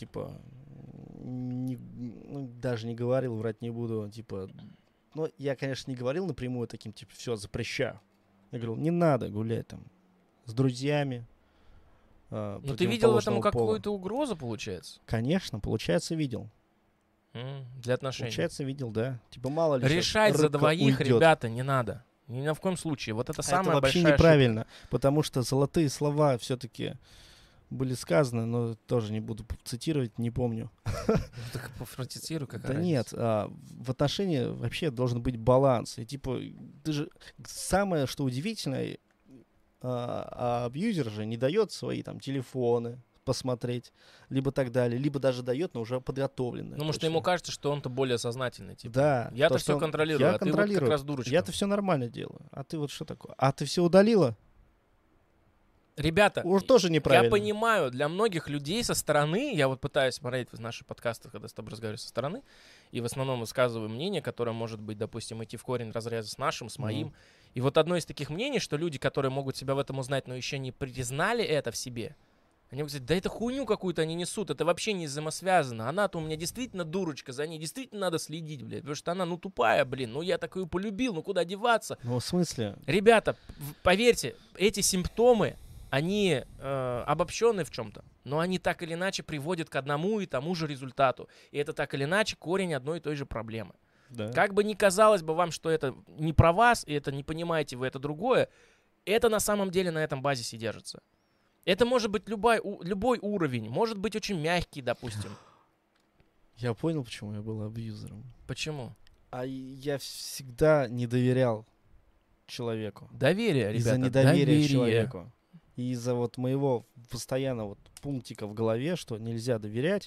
даже не говорил, врать не буду, я, конечно, не говорил напрямую таким, все, запрещаю. Я говорил, не надо гулять там с друзьями. Но ты видел в этом противоположного пола. какую-то угрозу, получается? Конечно, получается, видел. Для отношений. Получается, видел, да. Мало ли Решать сейчас за рыбка двоих, уйдет. ребята, не надо. Ни в коем случае. Вот это самая Это вообще большая неправильно, потому что золотые слова все-таки были сказаны, но тоже не буду цитировать, не помню. ошибка. Так пофронтицирую, как Да нет, в отношении вообще должен быть баланс. И ты же самое, что удивительное, абьюзер же не дает свои там телефоны посмотреть, либо так далее, либо даже дает, но уже подготовленное. Ну, может, ему кажется, что он-то более сознательный. Да. Я-то то, все что контролирую, я а ты вот контролирую. как раз дурочка. Я-то все нормально делаю. А ты вот что такое? А ты все удалила? Ребята, Уж тоже неправильно. я понимаю, для многих людей со стороны, я вот пытаюсь смотреть наши подкасты, когда с тобой разговариваю со стороны, и в основном высказываю мнение, которое может быть, допустим, идти в корень разреза с нашим, с моим. И вот одно из таких мнений, что люди, которые могут себя в этом узнать, но еще не признали это в себе, они будут говорить, да это хуйню какую-то они несут, это вообще не взаимосвязано. Она-то у меня действительно дурочка, за ней действительно надо следить, блядь, потому что она, ну, тупая, блин, ну, я такую полюбил, ну, куда деваться? Ну, в смысле? Ребята, поверьте, эти симптомы, они обобщены в чем-то, но они так или иначе приводят к одному и тому же результату. И это так или иначе корень одной и той же проблемы. Да. Как бы ни казалось бы вам, что это не про вас, и это не понимаете вы это другое, это на самом деле на этом базисе держится. Это может быть любой уровень, может быть очень мягкий, допустим. Я понял, почему я был абьюзером. Почему? А я всегда не доверял человеку. Доверие, ребята, Из-за недоверия доверие. человеку. И из-за вот моего постоянно вот пунктика в голове, что нельзя доверять.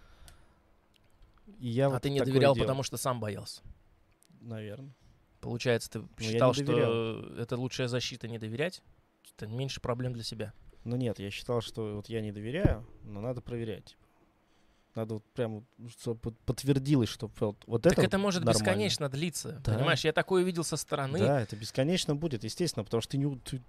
И я А вот ты не такое доверял, делал. потому что сам боялся. Наверное. Получается, ты я считал, не что доверял. это лучшая защита не доверять? Это меньше проблем для себя. Ну нет, я считал, что вот я не доверяю, но надо проверять. Типа. Надо вот прям, чтобы подтвердилось, что вот Так это это может нормально. бесконечно длиться. Да. Понимаешь, я такое увидел со стороны. Да, это бесконечно будет, естественно, потому что ты не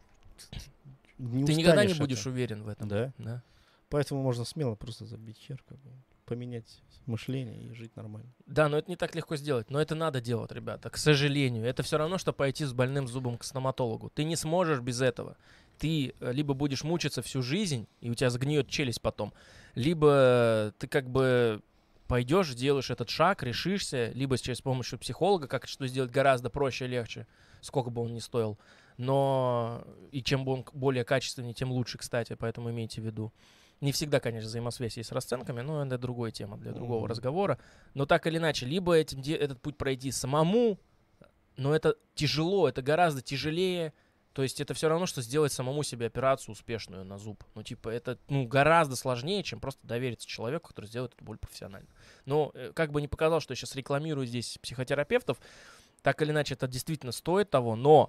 Ты никогда не устанешь будешь это. уверен в этом. Да. Да. Поэтому можно смело просто забить хер, как бы, поменять мышление и жить нормально. Да, но это не так легко сделать. Но это надо делать, ребята. К сожалению. Это все равно, что пойти с больным зубом к стоматологу. Ты не сможешь без этого. Ты либо будешь мучиться всю жизнь, и у тебя загниет челюсть потом, либо ты как бы пойдешь, сделаешь этот шаг, решишься, либо через помощью психолога, как что сделать гораздо проще и легче, сколько бы он ни стоил. Но и чем бы он более качественный, тем лучше, кстати, поэтому имейте в виду. Не всегда, конечно, взаимосвязь есть с расценками, но это другая тема для другого разговора. Но так или иначе, либо этот путь пройти самому, но это тяжело, это гораздо тяжелее. То есть это все равно, что сделать самому себе операцию успешную на зуб. Ну, типа, это гораздо сложнее, чем просто довериться человеку, который сделает эту боль профессионально. Но как бы ни показал, что я сейчас рекламирую здесь психотерапевтов, так или иначе это действительно стоит того, но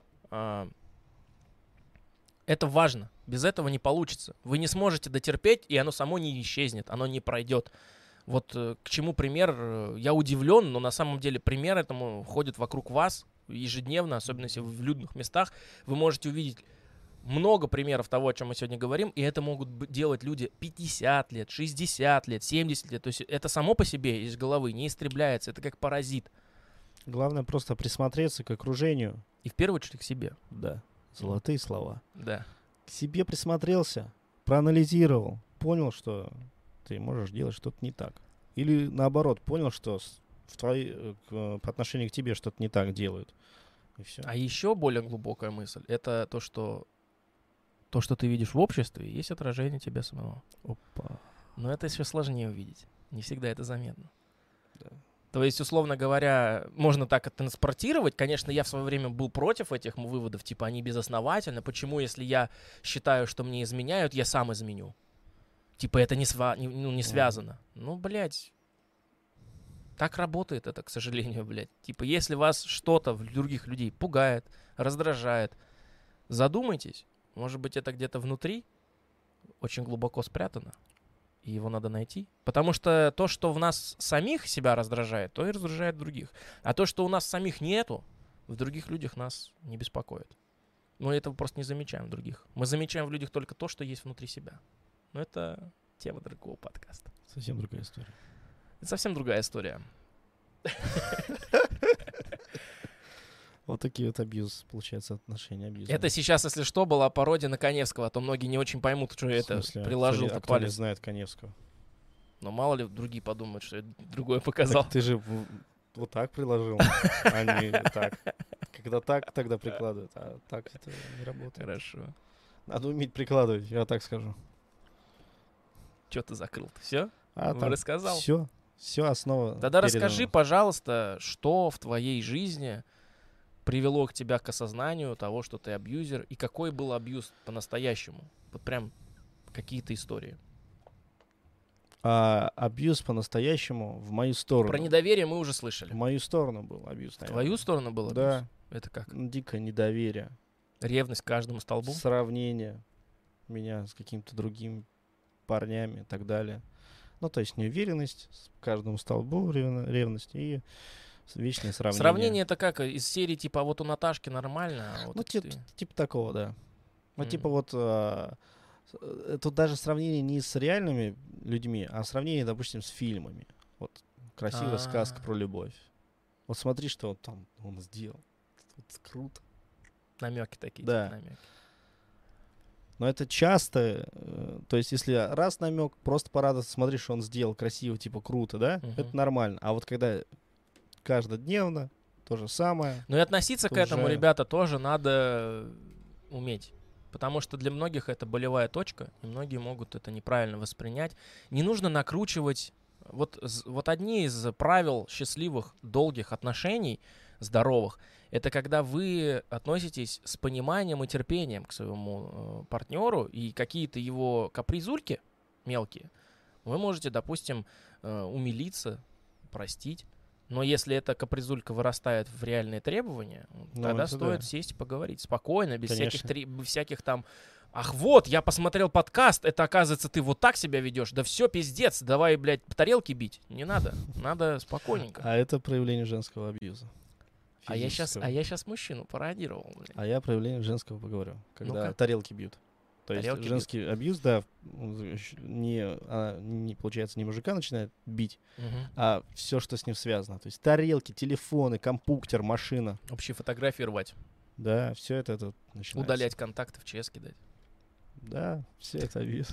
это важно. Без этого не получится. Вы не сможете дотерпеть, и оно само не исчезнет, оно не пройдет. Вот к чему пример, я удивлен, но на самом деле пример этому ходит вокруг вас ежедневно, особенно если вы в людных местах. Вы можете увидеть много примеров того, о чем мы сегодня говорим, и это могут делать люди 50 лет, 60 лет, 70 лет. То есть это само по себе из головы не истребляется, это как паразит. Главное просто присмотреться к окружению. И в первую очередь к себе. Да, золотые слова. Да. К себе присмотрелся, проанализировал, понял, что ты можешь делать что-то не так. Или наоборот, понял, что по отношению к тебе что-то не так делают. И все. А еще более глубокая мысль — это то, что ты видишь в обществе, есть отражение тебя самого. Опа. Но это еще сложнее увидеть. Не всегда это заметно. Да. То есть, условно говоря, можно так это транспортировать. Конечно, я в свое время был против этих выводов, типа они безосновательны. Почему, если я считаю, что мне изменяют, я сам изменю? Типа это не связано. Ну, блядь. Так работает это, к сожалению, блядь. Типа, если вас что-то в других людей пугает, раздражает, задумайтесь. Может быть, это где-то внутри очень глубоко спрятано, и его надо найти. Потому что то, что в нас самих себя раздражает, то и раздражает других. А то, что у нас самих нету, в других людях нас не беспокоит. Мы этого просто не замечаем в других. Мы замечаем в людях только то, что есть внутри себя. Но это тема другого подкаста. Совсем другая история. Это совсем другая история. Вот такие вот абьюз, получается, отношения абьюза. Это сейчас, если что, была пародия на Каневского, а то многие не очень поймут, что это приложил кто не палец. знает Каневского? Но мало ли другие подумают, что я другое показал. Так ты же вот так приложил, а не так. Когда так, тогда прикладывают, а так это не работает. Хорошо. Надо уметь прикладывать, я так скажу. Что ты закрыл-то? Все? А там Рассказал? Все основа. Тогда передана. расскажи, пожалуйста, что в твоей жизни привело к тебя к осознанию того, что ты абьюзер, и какой был абьюз по-настоящему? Вот прям какие-то истории. Абьюз по-настоящему в мою сторону. Про недоверие мы уже слышали. В мою сторону был абьюз, В наверное. твою сторону был абьюз? Да. Это как? Дикое недоверие. Ревность к каждому столбу? Сравнение. меня с какими-то другими парнями и так далее. Ну, то есть неуверенность, к каждому столбу ревность и вечное сравнение. Сравнение это как? Из серии типа, а вот у Наташки нормально, а вот Ну, это ты. типа такого, да. Ну, Мгм. типа вот тут даже сравнение не с реальными людьми, а сравнение, допустим, с фильмами. Вот красивая сказка про любовь. Вот смотри, что вот там он сделал. Вот круто. Намеки такие, Да. типа намеки. Но это часто, то есть если раз намек, просто порадоваться, смотри, что он сделал красиво, типа круто, да, Мгм. это нормально. А вот когда каждодневно то же самое, Ну и относиться к Тут этому, же- ребята, тоже надо уметь. Потому что для многих это болевая точка, и многие могут это неправильно воспринять. Не нужно накручивать. Вот одни из правил счастливых, долгих отношений, здоровых, это когда вы относитесь с пониманием и терпением к своему партнеру, и какие-то его капризульки мелкие вы можете, допустим, умилиться, простить. Но если эта капризулька вырастает в реальные требования, Ну, тогда это стоит да. сесть и поговорить спокойно, без Конечно. всяких там «Ах, вот, я посмотрел подкаст, это, оказывается, ты вот так себя ведешь, да все, пиздец, давай, блядь, по тарелке бить». Не надо, надо спокойненько. А это проявление женского абьюза. А я Физического. сейчас мужчину пародировал, блядь. А я проявление женского поговорю, когда Ну-ка. тарелки бьют. То есть Тарелки женский абьюз, да, он не получается, не мужика начинает бить, Мгм. а все, что с ним связано. То есть тарелки, телефоны, компьютер, машина. Общие фотографии рвать, Да, все это тут начинается. удалять контакты в ЧС кидать. Да, все это абьюз.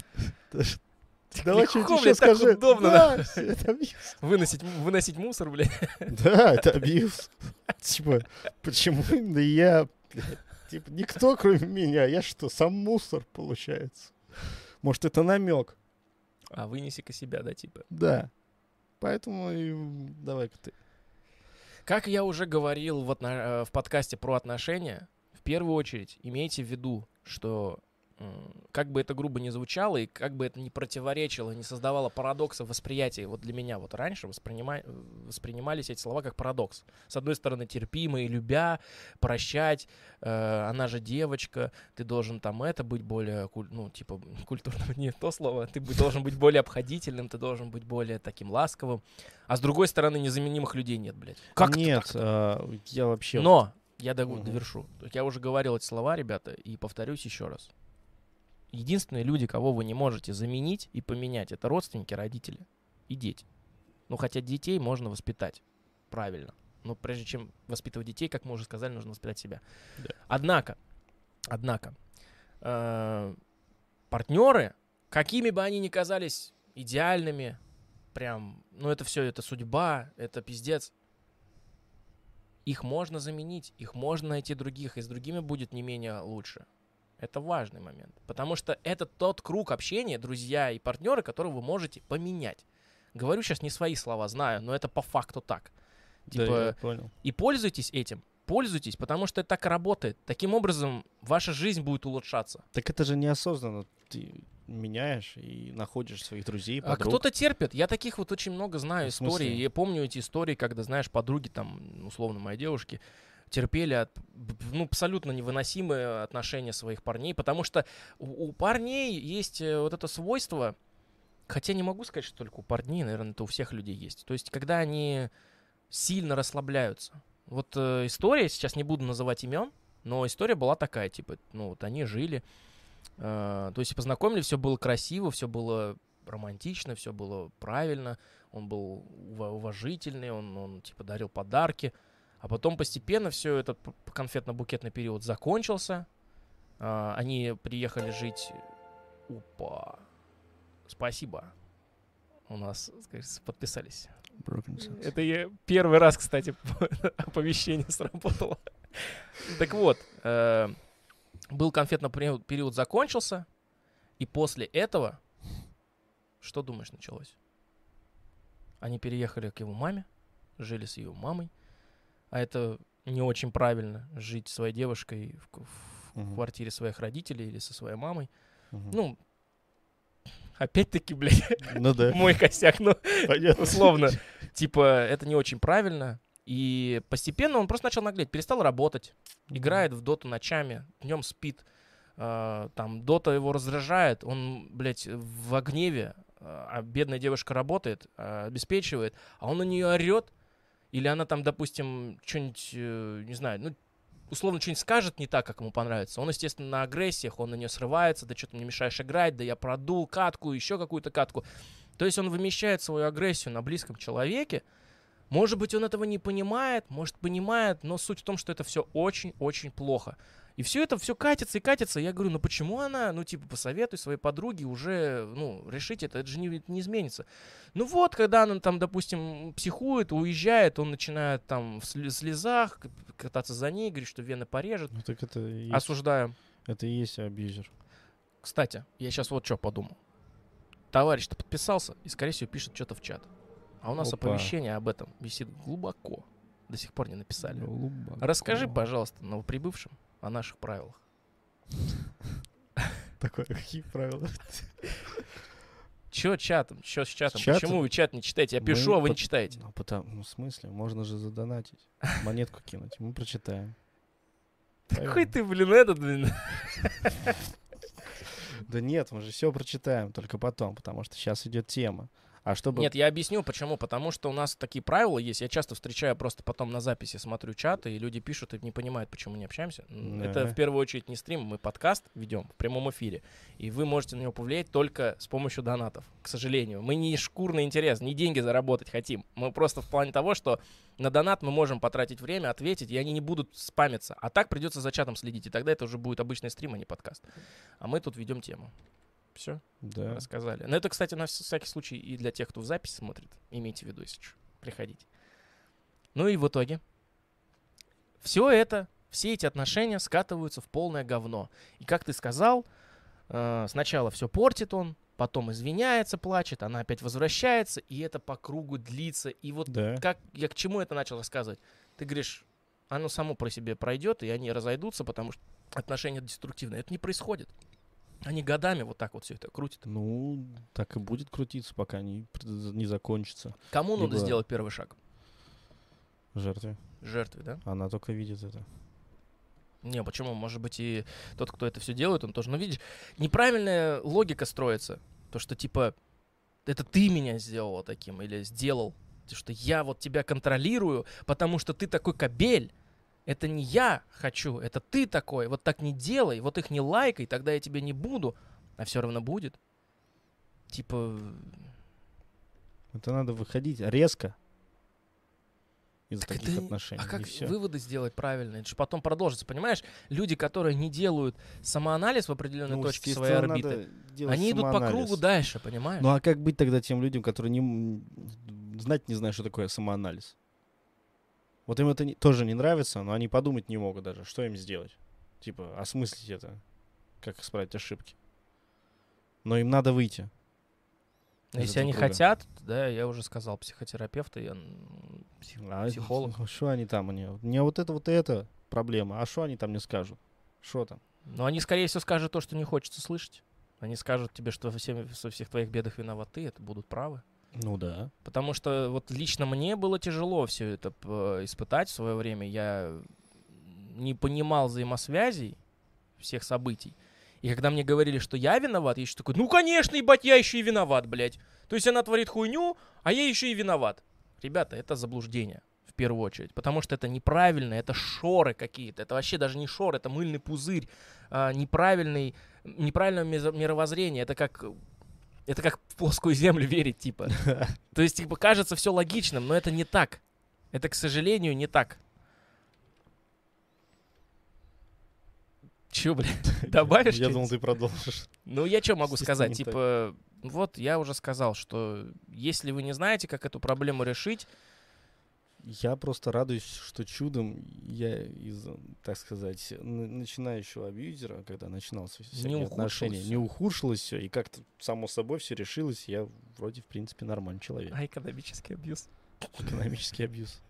Давай легко, что-нибудь еще блядь, так скажи. удобно, Да, всё это абьюз. Выносить мусор, блядь. Да, это абьюз. Типа, почему именно я? Блядь, типа, никто, кроме меня. Я что, сам мусор, получается? Может, это намек? А вынеси-ка себя, да, типа. Да. Поэтому давай-ка ты. Как я уже говорил в подкасте про отношения, в первую очередь имейте в виду, что как бы это грубо ни звучало, и как бы это ни противоречило, не создавало парадокса в восприятии, вот для меня вот раньше воспринимались эти слова как парадокс. С одной стороны, терпимо и любя, прощать, она же девочка, ты должен там быть более, культурным, не то слово, ты должен быть более обходительным, ты должен быть более таким ласковым, а с другой стороны, незаменимых людей нет, блядь. Как Нет, так-то? я вообще... Но я Мгм. довершу. Я уже говорил эти слова, ребята, и повторюсь еще раз. Единственные люди, кого вы не можете заменить и поменять, это родственники, родители и дети. Ну, хотя детей можно воспитать правильно. Но прежде чем воспитывать детей, как мы уже сказали, нужно воспитать себя. Да. Однако, партнеры, какими бы они ни казались идеальными, прям, ну это все, это судьба, это пиздец. Их можно заменить, их можно найти других, и с другими будет не менее лучше. Это важный момент. Потому что это тот круг общения, друзья и партнеры, которые вы можете поменять. Говорю сейчас не свои слова, знаю, но это по факту так. Да, Типа, я понял. и пользуйтесь этим. Пользуйтесь, потому что это так работает. Таким образом, ваша жизнь будет улучшаться. Так это же неосознанно. Ты меняешь и находишь своих друзей, А подруг. кто-то терпит. Я таких вот очень много знаю В смысле? историй. Я помню эти истории, когда, знаешь, подруги, там, условно, моей девушки, терпели абсолютно невыносимые отношения своих парней, потому что у парней есть вот это свойство, хотя не могу сказать, что только у парней, наверное, это у всех людей есть. То есть, когда они сильно расслабляются. Вот история, сейчас не буду называть имен, но история была такая, типа, ну вот они жили, то есть познакомились, все было красиво, все было романтично, все было правильно, он был уважительный, он типа дарил подарки, а потом постепенно все этот конфетно-букетный период закончился, они приехали жить, спасибо, у нас, кажется, подписались. Это я первый раз, кстати, оповещение сработало. Так вот, был конфетный период, закончился, и после этого, что думаешь, началось? Они переехали к его маме, жили с ее мамой, а это не очень правильно, жить со своей девушкой в квартире своих родителей или со своей мамой. Ну, опять-таки, блядь, Ну да. мой косяк, ну, Понятно. условно. Типа, это не очень правильно. И постепенно он просто начал наглеть, перестал работать, играет в доту ночами, днем спит, там Дота его раздражает, он, блядь, в гневе, а бедная девушка работает, обеспечивает, а он на нее орет, или она там, допустим, что-нибудь, не знаю, ну, условно, что-нибудь скажет не так, как ему понравится. Он, естественно, на агрессиях, он на нее срывается, да что ты мне мешаешь играть, да я продул катку, еще какую-то катку. То есть он вымещает свою агрессию на близком человеке. Может быть, он этого не понимает, может, понимает, но суть в том, что это все очень-очень плохо. И все это все катится и катится. Я говорю, ну почему она, ну типа посоветуй своей подруге уже, ну, решить это же не изменится. Ну вот, когда она там, допустим, психует, уезжает, он начинает там в слезах кататься за ней, говорит, что вены порежет. Ну так это и есть, Осуждаем. это и есть абьюзер. Кстати, я сейчас вот что подумал. Товарищ-то подписался и, скорее всего, пишет что-то в чат. А у нас Опа. оповещение об этом висит глубоко. До сих пор не написали. Глубоко. Расскажи, пожалуйста, новоприбывшим о наших правилах. Такое, какие правила? Чё чатом? Чё с чатом? С чатом? Почему вы чат не читаете? Я Мы пишу, а вы не под- читаете. Ну, в смысле? Можно же задонатить. Монетку кинуть. Мы прочитаем. Какой ты, блин. Да нет, мы же все прочитаем только потом, потому что сейчас идет тема. А чтобы... Нет, я объясню, почему. Потому что у нас такие правила есть. Я часто встречаю, просто потом на записи смотрю чаты, и люди пишут и не понимают, почему не общаемся. Это в первую очередь не стрим, мы подкаст ведем в прямом эфире. И вы можете на него повлиять только с помощью донатов, к сожалению. Мы не шкурный интерес, не деньги заработать хотим. Мы просто в плане того, что на донат мы можем потратить время, ответить, и они не будут спамиться. А так придется за чатом следить, и тогда это уже будет обычный стрим, а не подкаст. А мы тут ведем тему. Все. Да. Рассказали. Но это, кстати, на всякий случай и для тех, кто в записи смотрит. Имейте в виду, если что. Приходите. Ну и в итоге все эти отношения скатываются в полное говно. И как ты сказал, сначала все портит он, потом извиняется, плачет, она опять возвращается, и это по кругу длится. И вот Да. как я к чему это начал рассказывать? Ты говоришь, оно само про себя пройдет, и они разойдутся, потому что отношения деструктивные. Это не происходит. Они годами вот так вот все это крутят. Ну, так и будет крутиться, пока не закончится. Кому надо Либо- сделать первый шаг? Жертве. Жертве, да? Она только видит это. Не, почему? Может быть, и тот, кто это все делает, он тоже. Но видишь, неправильная логика строится. То, что типа, это ты меня сделала таким или сделал. То, что я вот тебя контролирую, потому что ты такой кобель. Это не я хочу, это ты такой. Вот так не делай, вот их не лайкай, тогда я тебя не буду. А все равно будет. Типа, Это надо выходить резко из так таких это- отношений. а как и всё. выводы сделать правильные? Это же потом продолжится, понимаешь? Люди, которые не делают самоанализ в определенной Ну, точке своей естественно, орбиты, надо делать они идут по самоанализ. кругу дальше, понимаешь? Ну а как быть тогда тем людям, которые знать не знают, что такое самоанализ? Вот им это тоже не нравится, но они подумать не могут даже, что им сделать. Типа, осмыслить это, как исправить ошибки. Но им надо выйти. А из если этого они круга. хотят, да, я уже сказал, психотерапевты, психолог. Что они там? У меня вот это проблема. А что они там не скажут? Что там? Но они, скорее всего, скажут то, что не хочется слышать. Они скажут тебе, что во всех твоих бедах виноват ты, это будут правы. Ну да. Потому что вот лично мне было тяжело все это испытать в свое время. Я не понимал взаимосвязей всех событий. И когда мне говорили, что я виноват, я еще такой, ну, конечно, ебать, я еще и виноват, блядь. То есть она творит хуйню, а я еще и виноват. Ребята, это заблуждение в первую очередь. Потому что это неправильно, это шоры какие-то. Это вообще даже не шоры, это мыльный пузырь. Неправильное мировоззрение. Это как в плоскую землю верить, типа. То есть, типа, кажется все логичным, но это не так. Это, к сожалению, не так. Чё, блядь, добавишь? Я что-нибудь? думал, ты продолжишь. Ну, я что могу Естественно, сказать? не Типа, вот я уже сказал, что если вы не знаете, как эту проблему решить, Я просто радуюсь, что чудом я из, так сказать, начинающего абьюзера, когда начинался всякие отношения, ухудшилось не ухудшилось все, и как-то само собой все решилось, я вроде, в принципе, нормальный человек. экономический абьюз. Экономический абьюз.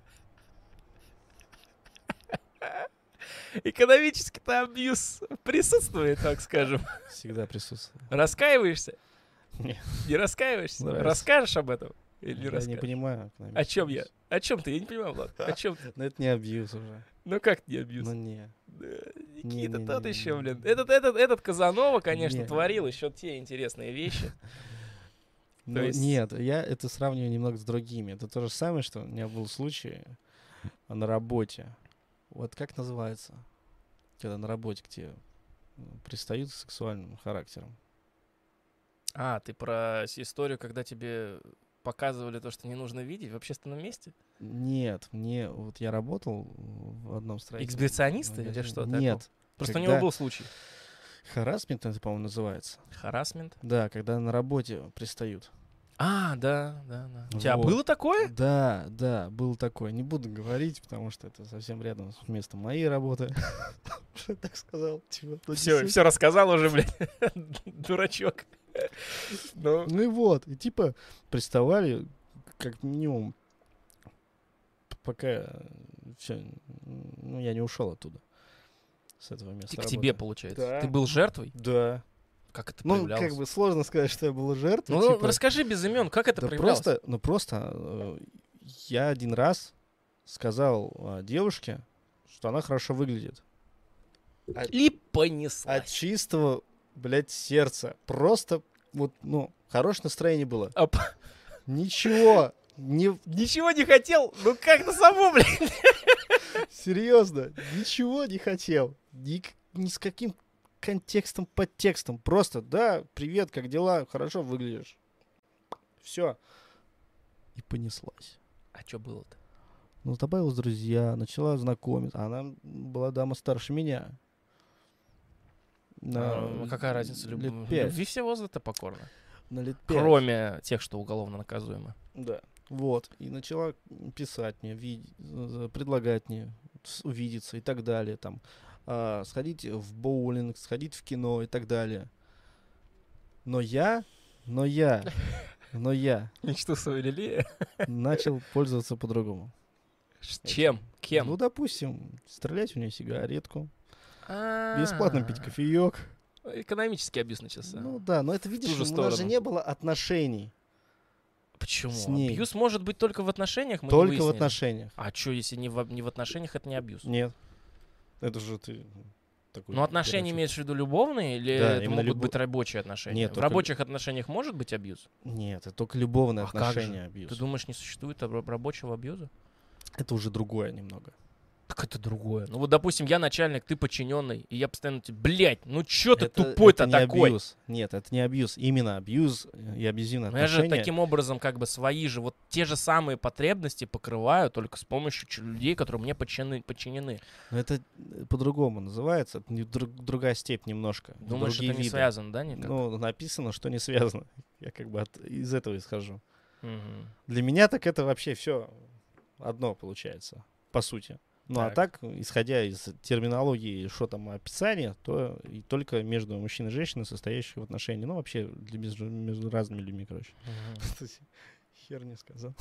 Экономический-то абьюз присутствует, так скажем. Всегда присутствует. Раскаиваешься? Нет. Не раскаиваешься? Нравится. Расскажешь об этом? Или не Я не расскажешь? понимаю. О чем я? О чем ты? Я не понимаю, Влад. О чем ты? Но это не абьюз уже. Ну как не абьюз? Ну не. Да, Никита, Не-не-не-не-не. тот еще, блин. Этот Казанова, конечно, Не. творил еще те интересные вещи. Ну, есть- нет, я это сравниваю немного с другими. Это то же самое, что у меня был случай на работе. Вот как называется, когда на работе к тебе пристают с сексуальным характером? А, ты про историю, когда тебе показывали то, что не нужно видеть в общественном месте? Нет, вот я работал в одном строительном Эксбиционисты или магазине. что? Ты о Нет, ком? Просто у когда- него был случай. харассмент это, по-моему, называется. Харассмент. Да, когда на работе пристают. А, да. У тебя Вот. было такое? Да, был такой. Не буду говорить, потому что это совсем рядом с местом моей работы. Что я так сказал? Типа, ну, Все рассказал уже, блядь. Дурачок. Ну, Ну и вот, и типа приставали как минимум, пока все, ну я не ушел оттуда, с этого места к работы. тебе, получается. Да. Ты был жертвой? Да. Как это Ну, проявлялось? как бы сложно сказать, что я был жертвой. Ну, типа. расскажи без имен, как это Да проявлялось? просто я один раз сказал девушке, что она хорошо выглядит. И понеслась. От чистого, блядь, сердца. Просто вот, ну, хорошее настроение было. А Ничего, Ничего не хотел? Ну как-то само, блядь. серьезно, ничего не хотел. Ни с каким контекстом, подтекстом. Просто, да, привет, как дела? Хорошо выглядишь. Все. И понеслась. А что было-то? Ну, добавилась друзья, начала знакомиться. Она была дама старше меня. Какая разница? Лет 5. Любви все возраста покорно. На лет 5. Кроме тех, что уголовно наказуемы. Да. Вот. И начала писать мне, предлагать мне увидеться и так далее. Там, сходить в боулинг, сходить в кино и так далее. Но я Мечту свою лелея. начал пользоваться по-другому. Чем? Кем? Ну, допустим, стрелять в нее сигаретку, А, бесплатно пить кофеек. Экономический абьюз начался. Ну да, но это, В видишь, ту же у нас же сторону. не было отношений. Почему? с ней. Абьюз может быть только в отношениях? Мы не Только в выяснили. отношениях. А что, если не в отношениях, это не абьюз? Нет. Это же ты такой... Ну, отношения дурачок. имеешь в виду любовные или Да, это именно могут быть рабочие отношения? Нет, в только рабочих отношениях может быть абьюз? Нет, это только любовные А как отношения же? абьюз. Ты думаешь, не существует рабочего абьюза? Это уже другое немного. Так это другое. Ну вот, допустим, я начальник, ты подчиненный, и я постоянно тебе, блядь, ну чё ты Это тупой-то не такой? абьюз. Нет, это не абьюз. Именно абьюз и абьюзивные Но я же отношения. таким образом как бы свои же, вот те же самые потребности покрываю только с помощью людей, которые мне подчинены. Но это по-другому называется. Это другая степь немножко. Думаешь, другие это не виды. связано, да, никак? Ну, написано, что не связано. Я как бы из этого исхожу. Мгм. Для меня так это вообще все одно получается, по сути. Ну а Так. так, исходя из терминологии, что там описание, то и только между мужчиной и женщиной, состоящих в отношении. Ну, вообще, между разными людьми, короче. Мгм. Хер не сказал.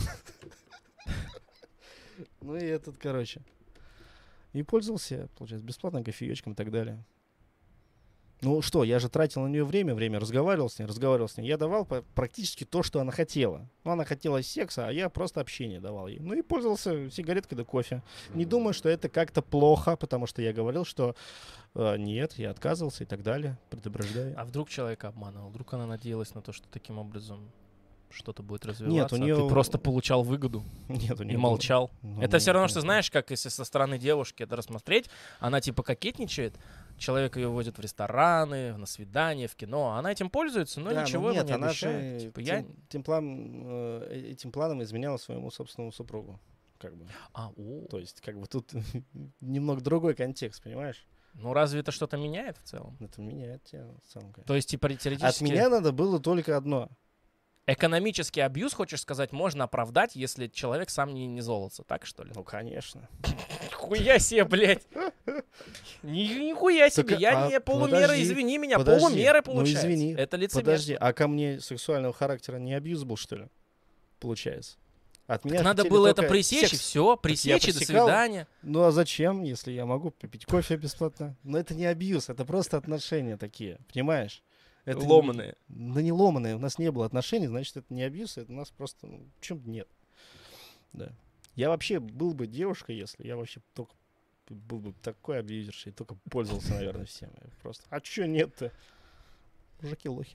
Ну и этот, короче. И пользовался, получается, бесплатным кофеечком и так далее. Ну что, я же тратил на нее время, разговаривал с ней. Я давал практически то, что она хотела. Ну, она хотела секса, а я просто общение давал ей. Ну и пользовался сигареткой да кофе. Не думаю, что это как-то плохо, потому что я говорил, что нет, я отказывался и так далее, предупреждая. А вдруг человека обманывал? Вдруг она надеялась на то, что таким образом что-то будет развиваться, у а неё- ты просто получал выгоду Нет, у и нее молчал? Ну, Это нет, все равно, нет, что нет. знаешь, как если со стороны девушки это рассмотреть, она типа кокетничает, человек ее возит в рестораны, на свидания, в кино, а она этим пользуется, но Да, ничего ну ему нет, не она обещает. же Типа, я... этим планом изменяла своему собственному супругу. Как бы. То есть, как бы тут немного другой контекст, понимаешь? Ну разве это что-то меняет в целом? Это меняет тебя в целом, конечно. То есть, типа, теоретически... От меня надо было только одно. Экономический абьюз, хочешь сказать, можно оправдать, если человек сам не золотце, так что ли? Ну, конечно. Хуя себе, блядь. Нихуя себе, Так, я а не полумеры, подожди, извини меня, подожди, полумеры ну, получается. извини, Это лицемерие. Подожди, а ко мне сексуального характера не абьюз был, что ли? Получается. От меня Надо хотели было это только пресечь, и секс. все, пресечь, и до пресекал. свидания. Ну а зачем, если я могу попить кофе бесплатно? Но это не абьюз, это просто отношения такие, понимаешь? Это Ломаные. Да не ломаные, у нас не было отношений, значит, это не абьюз, это у нас просто, в чем нет. Да. Я вообще был бы девушкой, если я вообще только был бы такой абьюзершей, только пользовался, наверное, всем. Просто, а чё нет-то? Мужики лохи.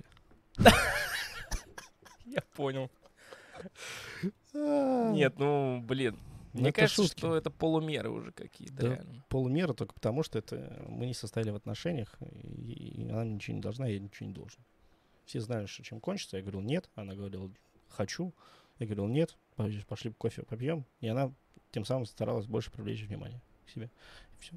Я понял. Нет, ну, блин. Мне это кажется, шутки. что это полумеры уже какие-то, Да. реально. Полумера только потому, что это мы не состояли в отношениях, и она мне ничего не должна, я ничего не должен. Все знали, что чем кончится. Я говорил нет, она говорила хочу. Я говорил нет, пошли кофе попьем. И она тем самым старалась больше привлечь внимание к себе. И все.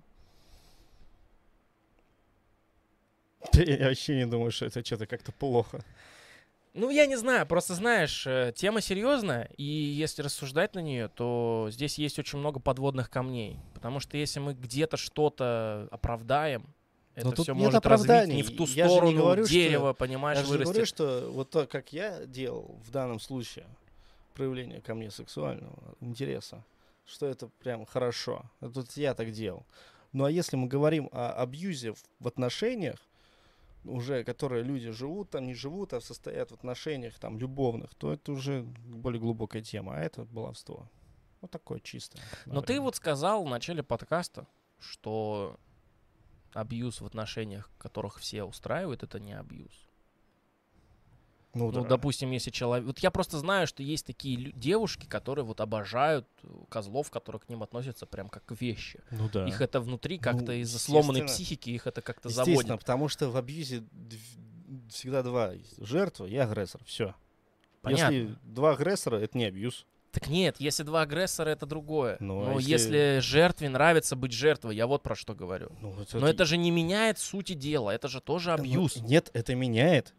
Я вообще не думаю, что это что-то как-то плохо. Ну, я не знаю, просто знаешь, тема серьезная, и если рассуждать на нее, то здесь есть очень много подводных камней. Потому что если мы где-то что-то оправдаем, Но это тут все нет может развить оправданий. не в ту Я же не сторону говорю, дерева, понимаешь, Я же не говорю, вырастет. что вот то, как я делал в данном случае, проявление ко мне сексуального интереса, что это прям хорошо. Это вот я так делал. Ну а если мы говорим о абьюзе в отношениях, уже которые люди живут, там не живут, а состоят в отношениях там любовных, то это уже более глубокая тема, а это баловство. Вот такое чистое. Но ты вот сказал в начале подкаста, что абьюз в отношениях, которых все устраивают, это не абьюз. Ну, Ну, да. допустим, если человек... Вот я просто знаю, что есть такие девушки, которые вот обожают козлов, которые к ним относятся прям как к вещи. Ну да. Их это внутри как-то Ну, из-за сломанной естественно. психики их это как-то Естественно, заводит. потому что в абьюзе всегда два есть. Жертва и агрессор. Все. Понятно. Если два агрессора, это не абьюз. Так нет, если два агрессора, это другое. Ну, а Но если- если жертве нравится быть жертвой, я вот про что говорю. Ну, Но это же не меняет сути дела, это же тоже абьюз. Нет, это меняет.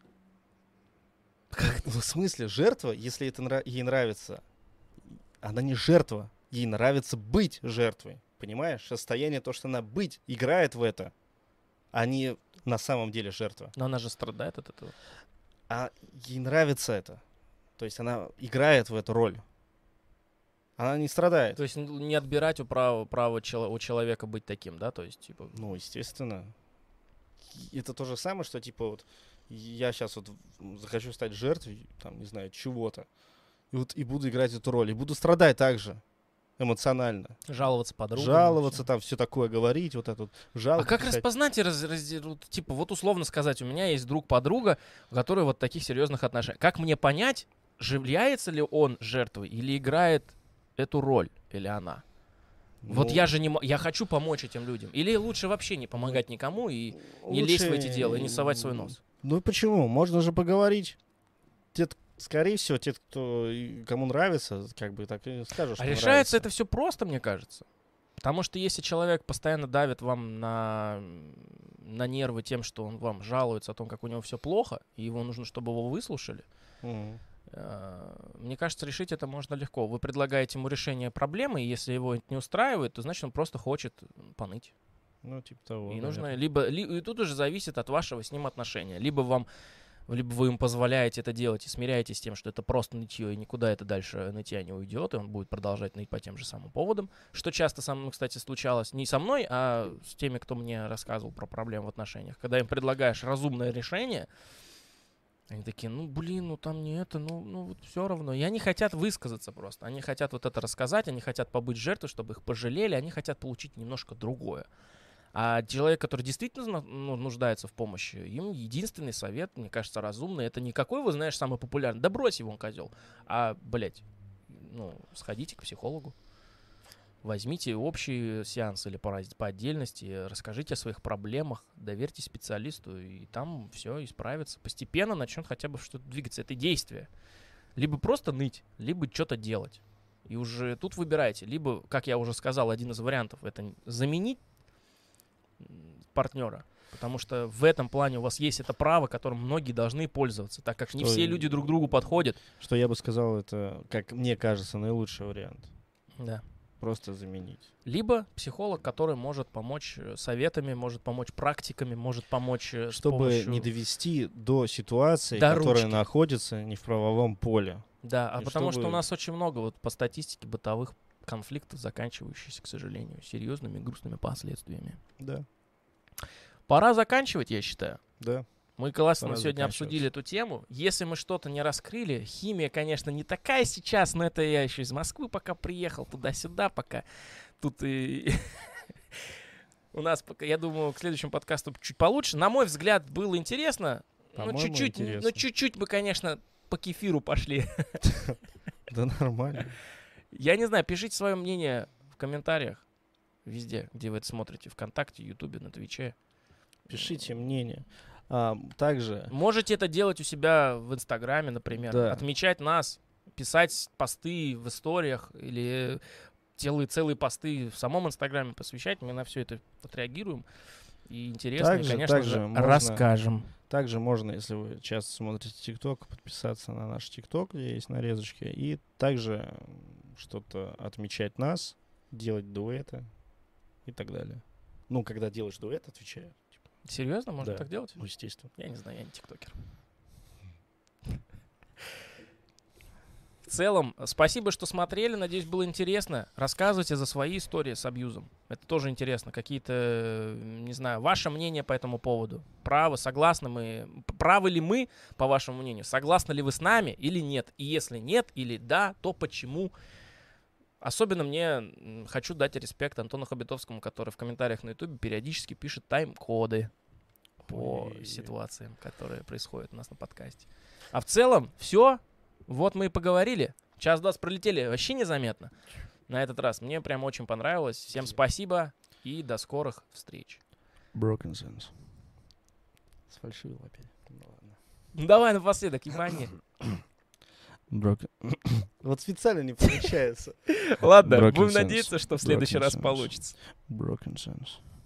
В смысле, жертва, если это ей нравится, она не жертва. Ей нравится быть жертвой. Понимаешь? Состояние то, что она быть, играет в это, а не на самом деле жертва. Но она же страдает от этого. А ей нравится это. То есть она играет в эту роль. Она не страдает. То есть не отбирать у у человека быть таким, да? То есть, типа, Ну, естественно. Это то же самое, что, типа, вот, я сейчас вот захочу стать жертвой, там, не знаю, чего-то, и буду играть эту роль, и буду страдать также эмоционально. жаловаться подругам. Жаловаться, там, все такое говорить, вот это вот, А жалобы как писать. распознать и вот, типа, вот условно сказать, у меня есть друг-подруга, у которой вот таких серьезных отношений. Как мне понять, является ли он жертвой или играет эту роль, или она? Вот Ну, я же я хочу помочь этим людям. Или лучше вообще не помогать никому и не лезть в эти дела, и не совать свой нос. Ну, почему? Можно же поговорить. Скорее всего, те, кому нравится, как бы так и скажут, что А решается нравится. это все просто, мне кажется. Потому что если человек постоянно давит вам на нервы тем, что он вам жалуется о том, как у него все плохо, и его нужно, чтобы его выслушали, Мгм. мне кажется, решить это можно легко. Вы предлагаете ему решение проблемы, и если его это не устраивает, то значит он просто хочет поныть. Ну, типа того. И наверное. нужно и тут уже зависит от вашего с ним отношения. Либо вы им позволяете это делать и смиряетесь с тем, что это просто нытье, и никуда это дальше нытья не уйдет, и он будет продолжать ныть по тем же самым поводам. Что часто со мной, кстати, случалось не со мной, а с теми, кто мне рассказывал про проблемы в отношениях. Когда им предлагаешь разумное решение, они такие, ну, блин, ну там не это, ну вот все равно. И они хотят высказаться просто. Они хотят вот это рассказать, они хотят побыть жертвой, чтобы их пожалели, они хотят получить немножко другое. А человек, который действительно нуждается в помощи, им единственный совет, мне кажется, разумный, это не какой, вы знаешь, самый популярный, да брось его, он козел, а, блядь, сходите к психологу. Возьмите общий сеанс или по отдельности, расскажите о своих проблемах, доверьте специалисту, и там все исправится. Постепенно начнет хотя бы что-то двигаться. Это действие. Либо просто ныть, либо что-то делать. И уже тут выбирайте. Либо, как я уже сказал, один из вариантов — это заменить партнера. Потому что в этом плане у вас есть это право, которым многие должны пользоваться, так как не все люди друг другу подходят. Что я бы сказал, это, как мне кажется, наилучший вариант. Да. Просто заменить. Либо психолог, который может помочь советами, может помочь практиками, может помочь Чтобы с помощью... не довести до ситуации, До которая ручки. находится не в правовом поле. Да, а И потому что чтобы- у нас очень много вот по статистике бытовых конфликтов, заканчивающихся, к сожалению, серьезными грустными последствиями. Да. Пора заканчивать, я считаю. Да. Мы классно Пора сегодня заканчивать. обсудили эту тему. Если мы что-то не раскрыли, химия, конечно, не такая сейчас, но это я еще из Москвы пока приехал, туда-сюда, пока тут и... У нас, я думаю, к следующему подкасту чуть получше. На мой взгляд, было интересно. Ну, По-моему, чуть-чуть, интересно. ну, чуть-чуть бы, конечно, по кефиру пошли. Да нормально. Я не знаю, пишите свое мнение в комментариях. Везде, где вы это смотрите. ВКонтакте, Ютубе, на Твиче. Пишите мнение. Также Можете это делать у себя в Инстаграме, например. Да. Отмечать нас, писать посты в историях или целые посты в самом Инстаграме посвящать. Мы на все это отреагируем. И интересно, Также- и, конечно также же, можно- расскажем. Также можно, если вы часто смотрите ТикТок, подписаться на наш ТикТок, где есть нарезочки, и также что-то отмечать нас, делать дуэты и так далее. Ну, когда делаешь дуэт, отвечаю. Серьезно? Можно Да. так делать? Ну, естественно. Я не знаю, я не тиктокер. В целом, спасибо, что смотрели. Надеюсь, было интересно. Рассказывайте за свои истории с абьюзом. Это тоже интересно. Какие-то, не знаю, ваше мнение по этому поводу. Правы ли мы, по вашему мнению? Согласны ли вы с нами или нет? И если нет или да, то почему? Особенно мне хочу дать респект Антону Хобитовскому, который в комментариях на Ютубе периодически пишет тайм-коды по Ой. ситуациям, которые происходят у нас на подкасте. А в целом, все. Вот мы и поговорили. Час 20 пролетели вообще незаметно. На этот раз мне прям очень понравилось. Всем спасибо и до скорых встреч. Broken Sense. Сфальшивил опять. Ну ладно. Ну давай напоследок, ебани. Broken... Вот специально не получается. Ладно, Broken будем sense. надеяться, что в следующий Broken раз sense. получится. Broken Sense.